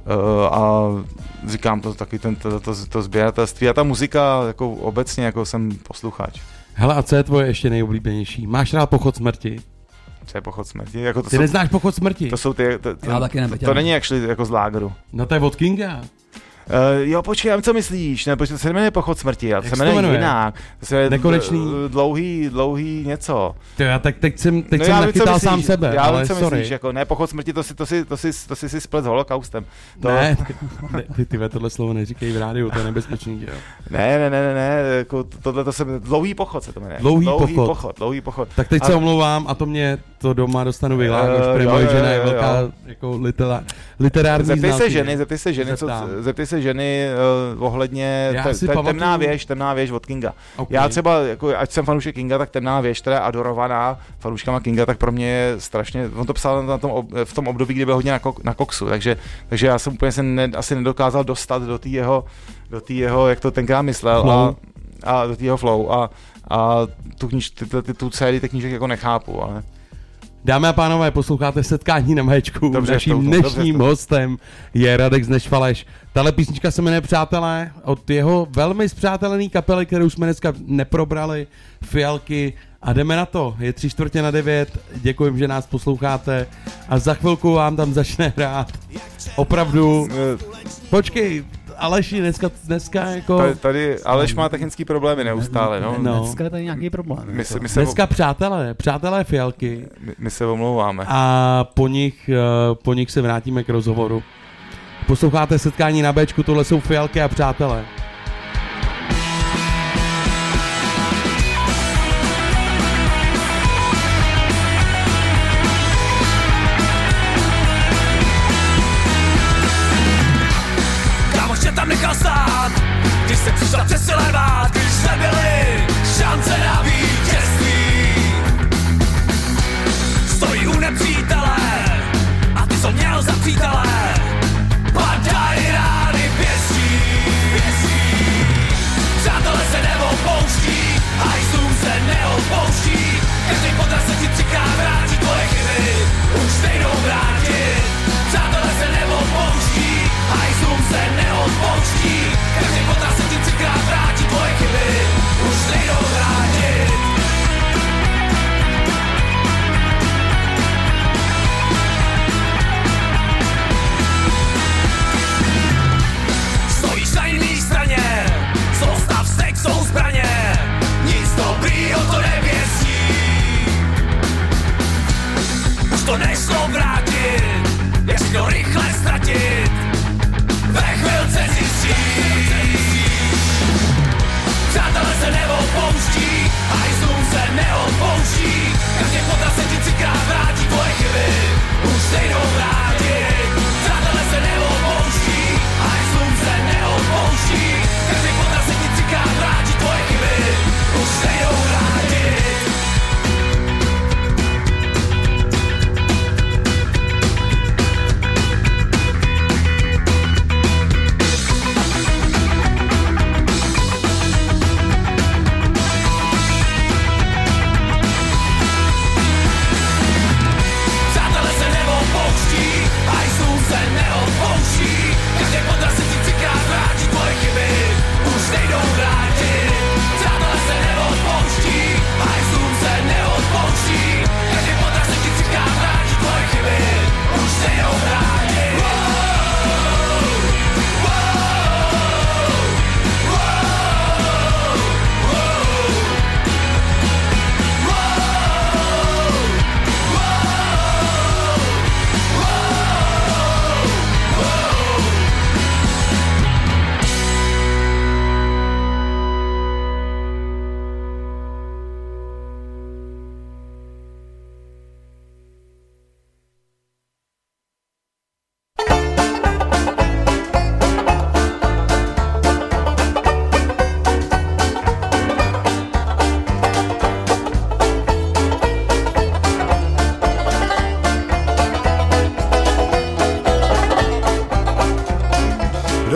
a říkám to taky to sběratelství a ta muzika jako obecně jako jsem posluchač. Hele, a co je tvoje ještě nejoblíbenější? Máš rád Pochod smrti? Co je Pochod smrti? Jako Ty neznáš Pochod smrti? To jsou Já taky nebyť. To není actually jako z lágru. No to je od Kinga. Jo, počkej, já vím, co myslíš, ne, protože to se jmenuje Pochod smrti, ale to se jmenuje jinak. To se jmenuje Nekonečný. Dlouhý něco. Teď jsem nachytal sám sebe, já ale vím, co sorry. myslíš, jako ne, Pochod smrti, to si splet s holokaustem. Ne, tohle slovo neříkej v rádiu, to je nebezpečný, jo. Ne, jako tohle se Dlouhý pochod se to jmenuje. Dlouhý pochod. Tak teď se omlouvám a to mě to doma dostanu vyhlát, už prý moje žena je velká jako literární znalky. Zeptej se ženy ohledně temná věž od Kinga. Okay. Já třeba, jako, ať jsem fanoušek Kinga, tak Temná věž, která je adorovaná fanouškama Kinga, tak pro mě je strašně, on to psal v tom období, kdy byl hodně na koksu, takže já jsem úplně asi nedokázal dostat do té jeho, jak to tenkrát myslel, a do té jeho flow a tu sérii těch knížek jako nechápu, ale... Dámy a pánové, posloucháte Setkání na Mačku. Naším dnešním hostem je Radek Znešvaleš. Tahle písnička se jmenuje Přátelé, od jeho velmi spřátelený kapely, kterou jsme dneska neprobrali, Fialky. A jdeme na to, je 8:45, děkujem, že nás posloucháte a za chvilku vám tam začne hrát. Opravdu, počkej, Aleši, dneska jako... Tady Aleš má technický problémy neustále, no. Dneska je tady nějaký problém. Dneska přátelé Fialky. My se omlouváme. A po nich se vrátíme k rozhovoru. Posloucháte Setkání na Bčku, tohle jsou Fialky a Přátelé. Tam nechal stát, když se přišla přesilovat, když nebyly šance na vítězství. Stojí u nepřítele a ty co měl za přítele, padají rány pěstí. Přátelé se neopouští a hajzlům se neodpouští. Každý podraz se ti třikrát vrátí, tvoje chyby už nejdou vrátit. Přátelé se neopouští a hajzlům se neodpouští. Každý potaz se ti třikrát vrátí, tvoje chyby už nejdou vrátit. Stojíš na jiný straně, zostav vztek jsou zbraně, nic dobrýho to nevěstí. Už to nešlo vrátit, jak si to rychle ztratit. Ve chvilce zjistíš. Přátelé se neopouští a hajzlům se neodpouští. Každý potaz se ti třikrát vrátí, tvoje chyby už nejdou vrátit. Přátelé se neopouští a hajzlům se neodpouští. Každý potaz se ti třikrát vrátí, tvoje chyby už nejdou vrátit.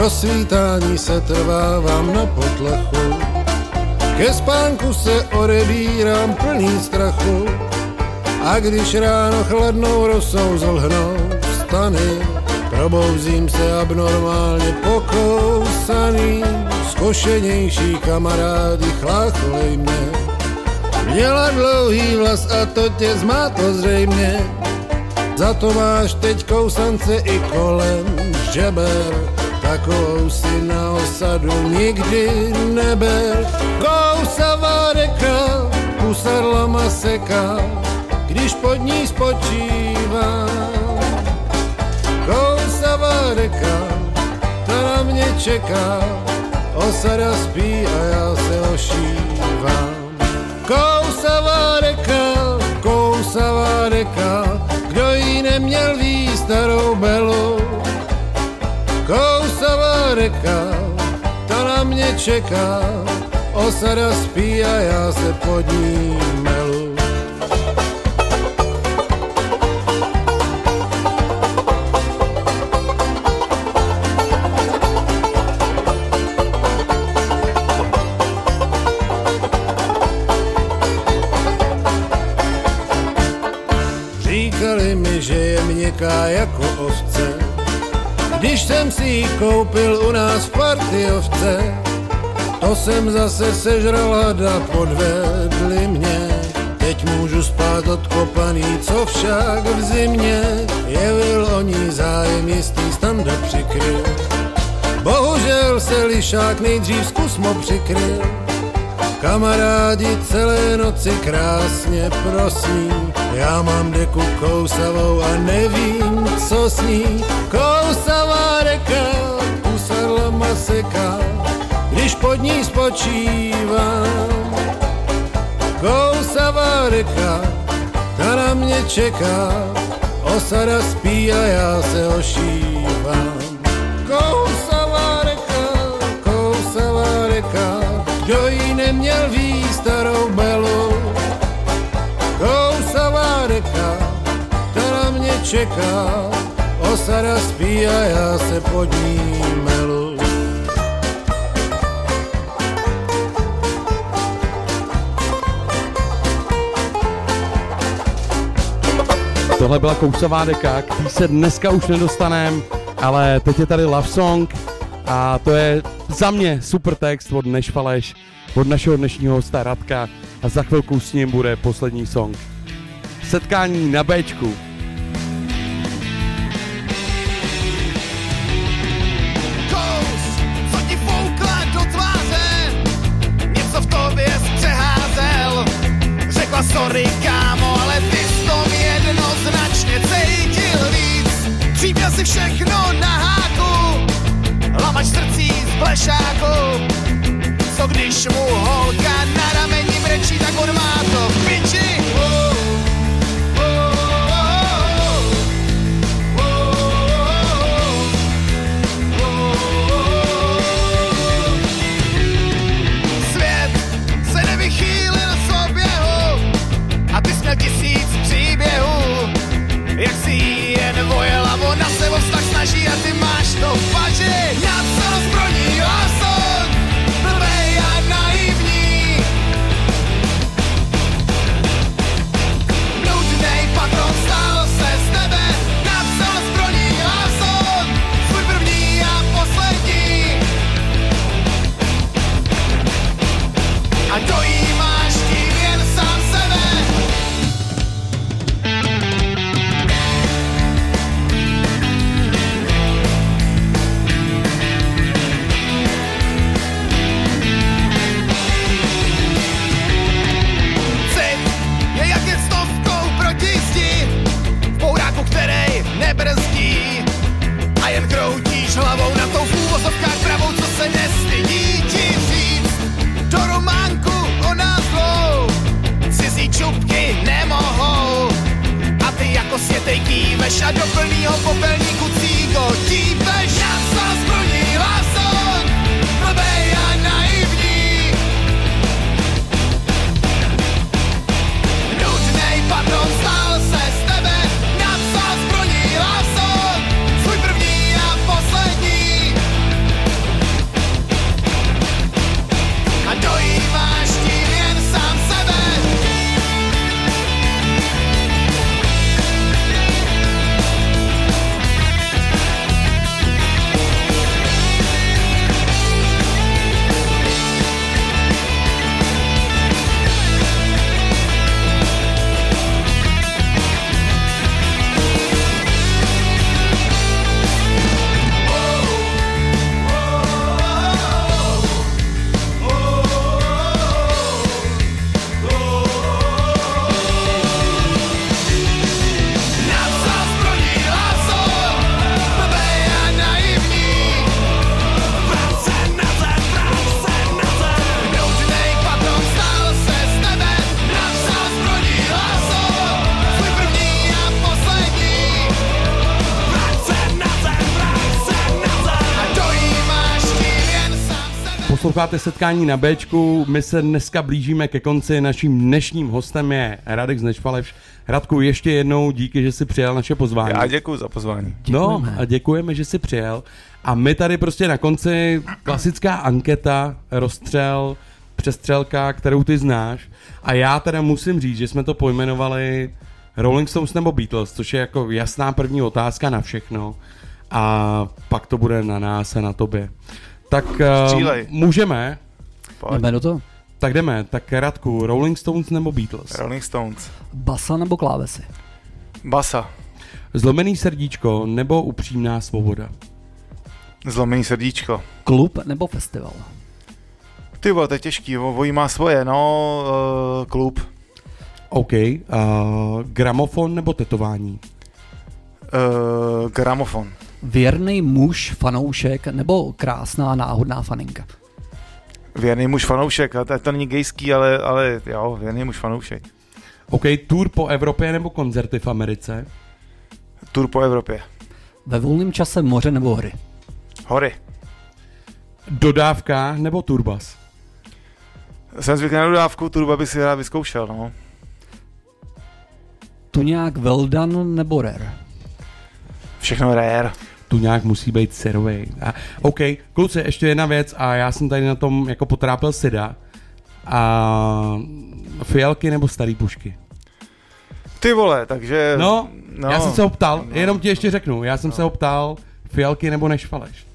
pro svítání se trvávám na potlechu, ke spánku se odebírám plný strachu, a když ráno chladnou rosou zlhnou stany, probouzím se abnormálně pokousaný, zkušenější kamarádi chlácholej mě. Měla dlouhý vlas a to tě zmátlo zřejmě, za to máš teď kousance i kolem žeber, takovou si na osadu nikdy neber. Kousavá reka, kusadla maseka, když pod ní spočívám. Kousavá reka, ta na mě čeká, osada spí a já se ošívám. Kousavá reka, kdo jí neměl ví starou belu. Kousavá reka, ta na mě čeká, osada spí a já se pod ní melu. Říkali mi, že je měkká jako ovce, když jsem si ji koupil u nás v Partyjovce. To jsem zase sežral hada, podvedli mě. Teď můžu spát odkopaný, co však v zimě jevil o ní zájem, jistý Standa přikryl. Bohužel se lišák nejdřív zkusmo přikryl. Kamarádi celé noci krásně prosní, já mám deku kousavou a nevím, co s ní. Kousavá reka, kusadla maseka, když pod ní spočívám. Kousavá reka, ta na mě čeká, osada spí a já se ošívám. Kousavá reka, kdo jí neměl ví starou belu. Kousavá reka, ta na mě čeká, osada spí a já se pod ní melu. Tohle byla Kousavá deka, který se dneska už nedostanem, ale teď je tady Love Song a to je za mě super text od Nešfaleš, od našeho dnešního hosta Radka a za chvilku s ním bude poslední song. Setkání na Bčku. Co ti foukla do tváře, něco v tobě zpřeházel. Řekla sorry kámo, ale ty jsi tom jednoznačně cítil víc. Dřív měl si všechno na háku, lamač srdcí z blešáku. Co když mu holka na rameni brečí, tak on má to v piči. Svět se nevychýlil z oběhu a ty jsi měl 1000 příběhů. Jak si jen vojela, ona se o vztah snaží a ty máš to v paži. Já se rozbroní, a son blbej a naivní, Posloucháte Setkání na Bčku, my se dneska blížíme ke konci, naším dnešním hostem je Radek z Nešvaleš. Radku, ještě jednou díky, že jsi přijel naše pozvání. Já děkuji za pozvání. No a děkujeme, že jsi přijel. A my tady prostě na konci klasická anketa, rozstřel, přestřelka, kterou ty znáš. A já teda musím říct, že jsme to pojmenovali Rolling Stones nebo Beatles, což je jako jasná první otázka na všechno. A pak to bude na nás a na tobě. Tak můžeme. Jdeme do toho. Tak jdeme. Tak Radku, Rolling Stones nebo Beatles? Rolling Stones. Basa nebo klávesy? Basa. Zlomený srdíčko nebo upřímná svoboda? Zlomený srdíčko. Klub nebo festival? Ty vole, to je těžký, obojí má svoje, no, klub. OK. Gramofon nebo tetování? Gramofon. Věrný muž, fanoušek nebo krásná náhodná faninka? Věrný muž, fanoušek, to není gejský, ale jo, věrný muž, fanoušek. OK, tour po Evropě nebo koncerty v Americe? Tour po Evropě. Ve volném čase moře nebo hory? Hory. Dodávka nebo turbas? Jsem zvyklý na dodávku, turba bych si rád vyzkoušel, no. Tuňák well done nebo rare? Všechno rare. Tuňák musí být syrovej. OK, kluci, ještě jedna věc a já jsem tady na tom jako potrápil Sida. A fialky nebo starý pušky? Ty vole, takže... No, já jsem se ho ptal, jenom ti ještě řeknu, já jsem se ho ptal, fialky nebo Nešvaleš?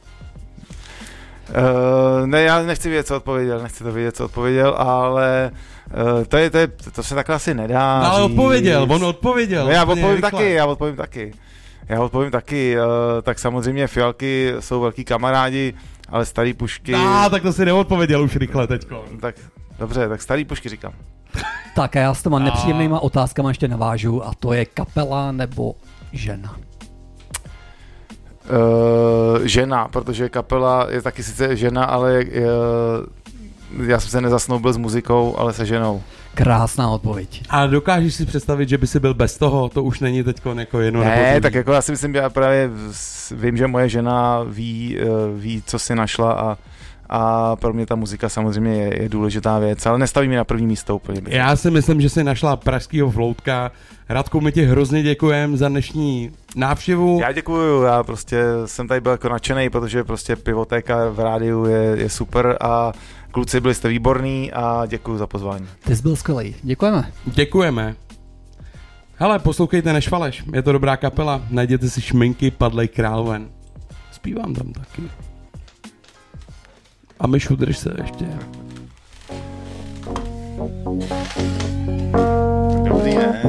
Ne, já nechci vědět, co odpověděl, ale to se takhle asi nedá. No, ale on odpověděl. No, já odpovím taky, tak samozřejmě fialky jsou velký kamarádi, ale starý pušky... Tak to si neodpověděl už rychle teďko. Tak dobře, tak starý pušky říkám. Tak a já s těma nepříjemnýma otázkama ještě navážu a to je kapela nebo žena? Žena, protože kapela je taky sice žena, ale já jsem se nezasnoubil s muzikou, ale se ženou. Krásná odpověď. A dokážeš si představit, že by si byl bez toho? To už není teď jako jedno nebo ne, tak jako já si myslím, já právě vím, že moje žena ví, co si našla a pro mě ta muzika samozřejmě je důležitá věc, ale nestaví mě na první místo úplně. Já si myslím, že si našla pražskýho floutka. Radku, my ti hrozně děkujeme za dnešní návštěvu. Já děkuju, já prostě jsem tady byl jako nadšenej, protože prostě pivotéka v rádiu je super a kluci byli jste výborní a děkuju za pozvání. Ty jsi byl skvělý, děkujeme. Děkujeme. Hele, poslouchejte Nešvaleš, je to dobrá kapela, najděte si Šminky, Padlej král ven. Zpívám tam taky. A Myšu, drž se ještě. Dobrý, ne?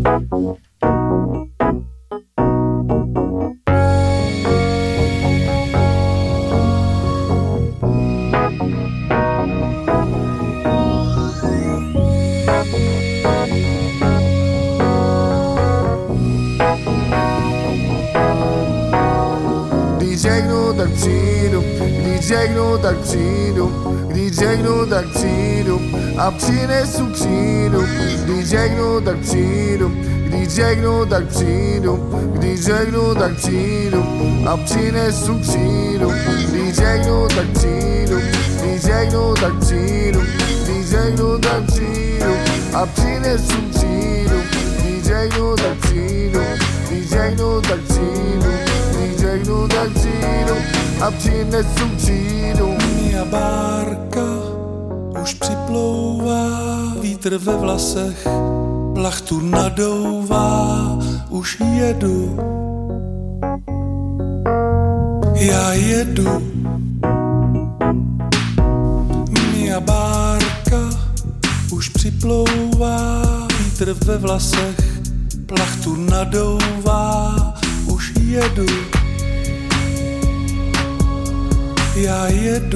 Když řeknu, tak přijdu, když řeknu, tak přijdu, když řeknu, tak přijdu a přinesu přijdu. Když řeknu, tak přijdu, když řeknu, tak přijdu, když řeknu, tak přijdu a přinesu přijdu. Když řeknu, tak přijdu, když řeknu, tak přijdu, když řeknu, tak přijdu a přinesu přijdu. Když řeknu, tak přijdu, když řeknu, tak přijdu, když řeknu, tak přijdu a přinesu přijdu. Mia bárka už připlouvá, vítr ve vlasech, plachtu nadouvá, už jedu. Já jedu. Mia bárka už připlouvá, vítr ve vlasech, plachtu nadouvá, už jedu. Já jedu.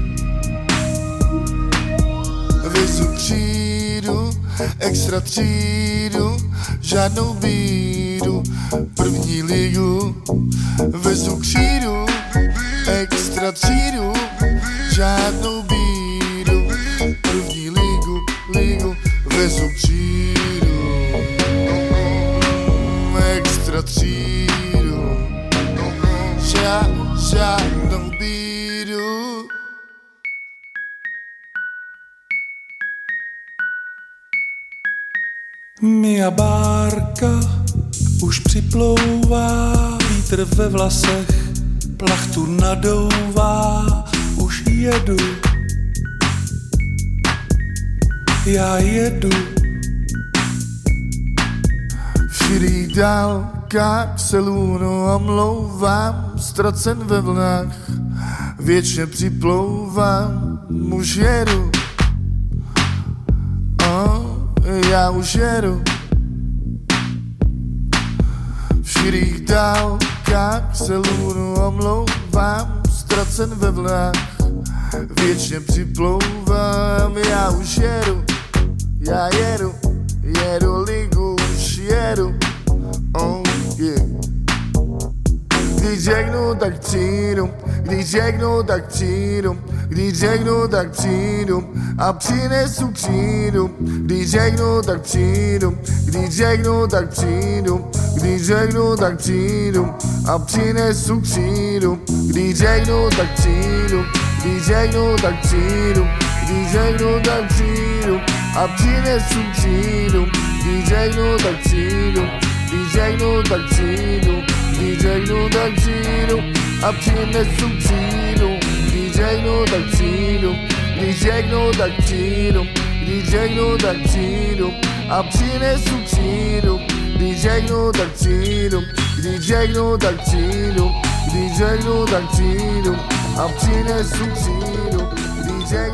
Vezu přijdu, extra třídu, žádnou bídu, první ligu. Vezu křídu, extra třídu, žádnou bídu, první ligu. Vezu přijdu, extra třídu, žádnou bídu. Mia bárka už připlouvá, vítr ve vlasech plachtu nadouvá, už jedu. Já jedu. V širých dálkách se lůnu omlouvám, ztracen ve vlnách, věčně připlouvám, už jedu. Já už jedu. V širých dálkách se lůnu omlouvám, ztracen ve vlnách, věčně připlouvám, já už jedu. Já jedu, jedu ligu, už jedu. Oh yeah. Když řeknu, tak přijdu, když řeknu, tak přijdu, když řeknu, tak přijdu a přinesu křídu. Když řeknu, tak přijdu, když řeknu, tak přijdu, když řeknu, tak přijdu a přinesu křídu. Když řeknu, tak přijdu, když řeknu, tak přijdu, když řeknu, tak přijdu a přinesu křídu. Když řeknu, tak přijdu, když řeknu, tak přijdu, když řeknu, tak přijdu a přinesu křídu. Když řeknu, tak přijdu, když řeknu, tak přijdu, když řeknu, tak přijdu a přinesu křídu. Když řeknu, tak přijdu, když řeknu, tak přijdu, když řeknu, tak přijdu a přinesu křídu.